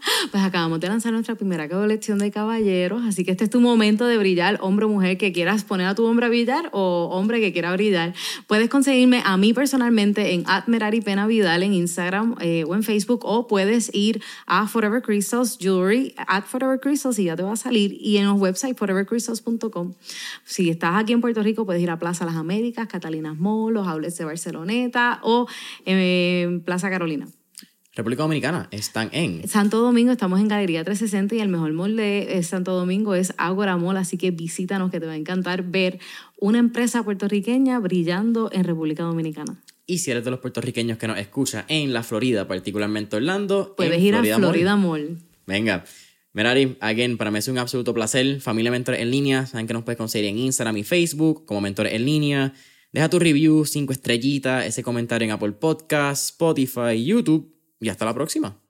Speaker 2: Pues acabamos de lanzar nuestra primera colección de caballeros, así que este es tu momento de brillar, hombre o mujer que quieras poner a tu hombre a brillar o hombre que quiera brillar. Puedes conseguirme a mí personalmente en @meraripenavidal en Instagram o en Facebook, o puedes ir a Forever Crystals Jewelry, @Forever Crystals, y ya te va a salir, y en los websites forevercrystals.com. Si estás aquí en Puerto Rico, puedes ir a Plaza Las Américas, Catalinas Mall, los outlets de Barceloneta o Plaza Carolina.
Speaker 1: República Dominicana están en
Speaker 2: Santo Domingo, estamos en Galería 360 y el mejor mall de Santo Domingo es Ágora Mall, así que visítanos, que te va a encantar ver una empresa puertorriqueña brillando en República Dominicana.
Speaker 1: Y si eres de los puertorriqueños que nos escuchan en la Florida, particularmente Orlando,
Speaker 2: puedes ir a Florida Mall.
Speaker 1: Venga. Merari, again, para mí es un absoluto placer. Familia Mentores en Línea, saben que nos puedes conseguir en Instagram y Facebook como Mentores en Línea. Deja tu review, 5 estrellitas, ese comentario en Apple Podcasts, Spotify, YouTube. Y hasta la próxima.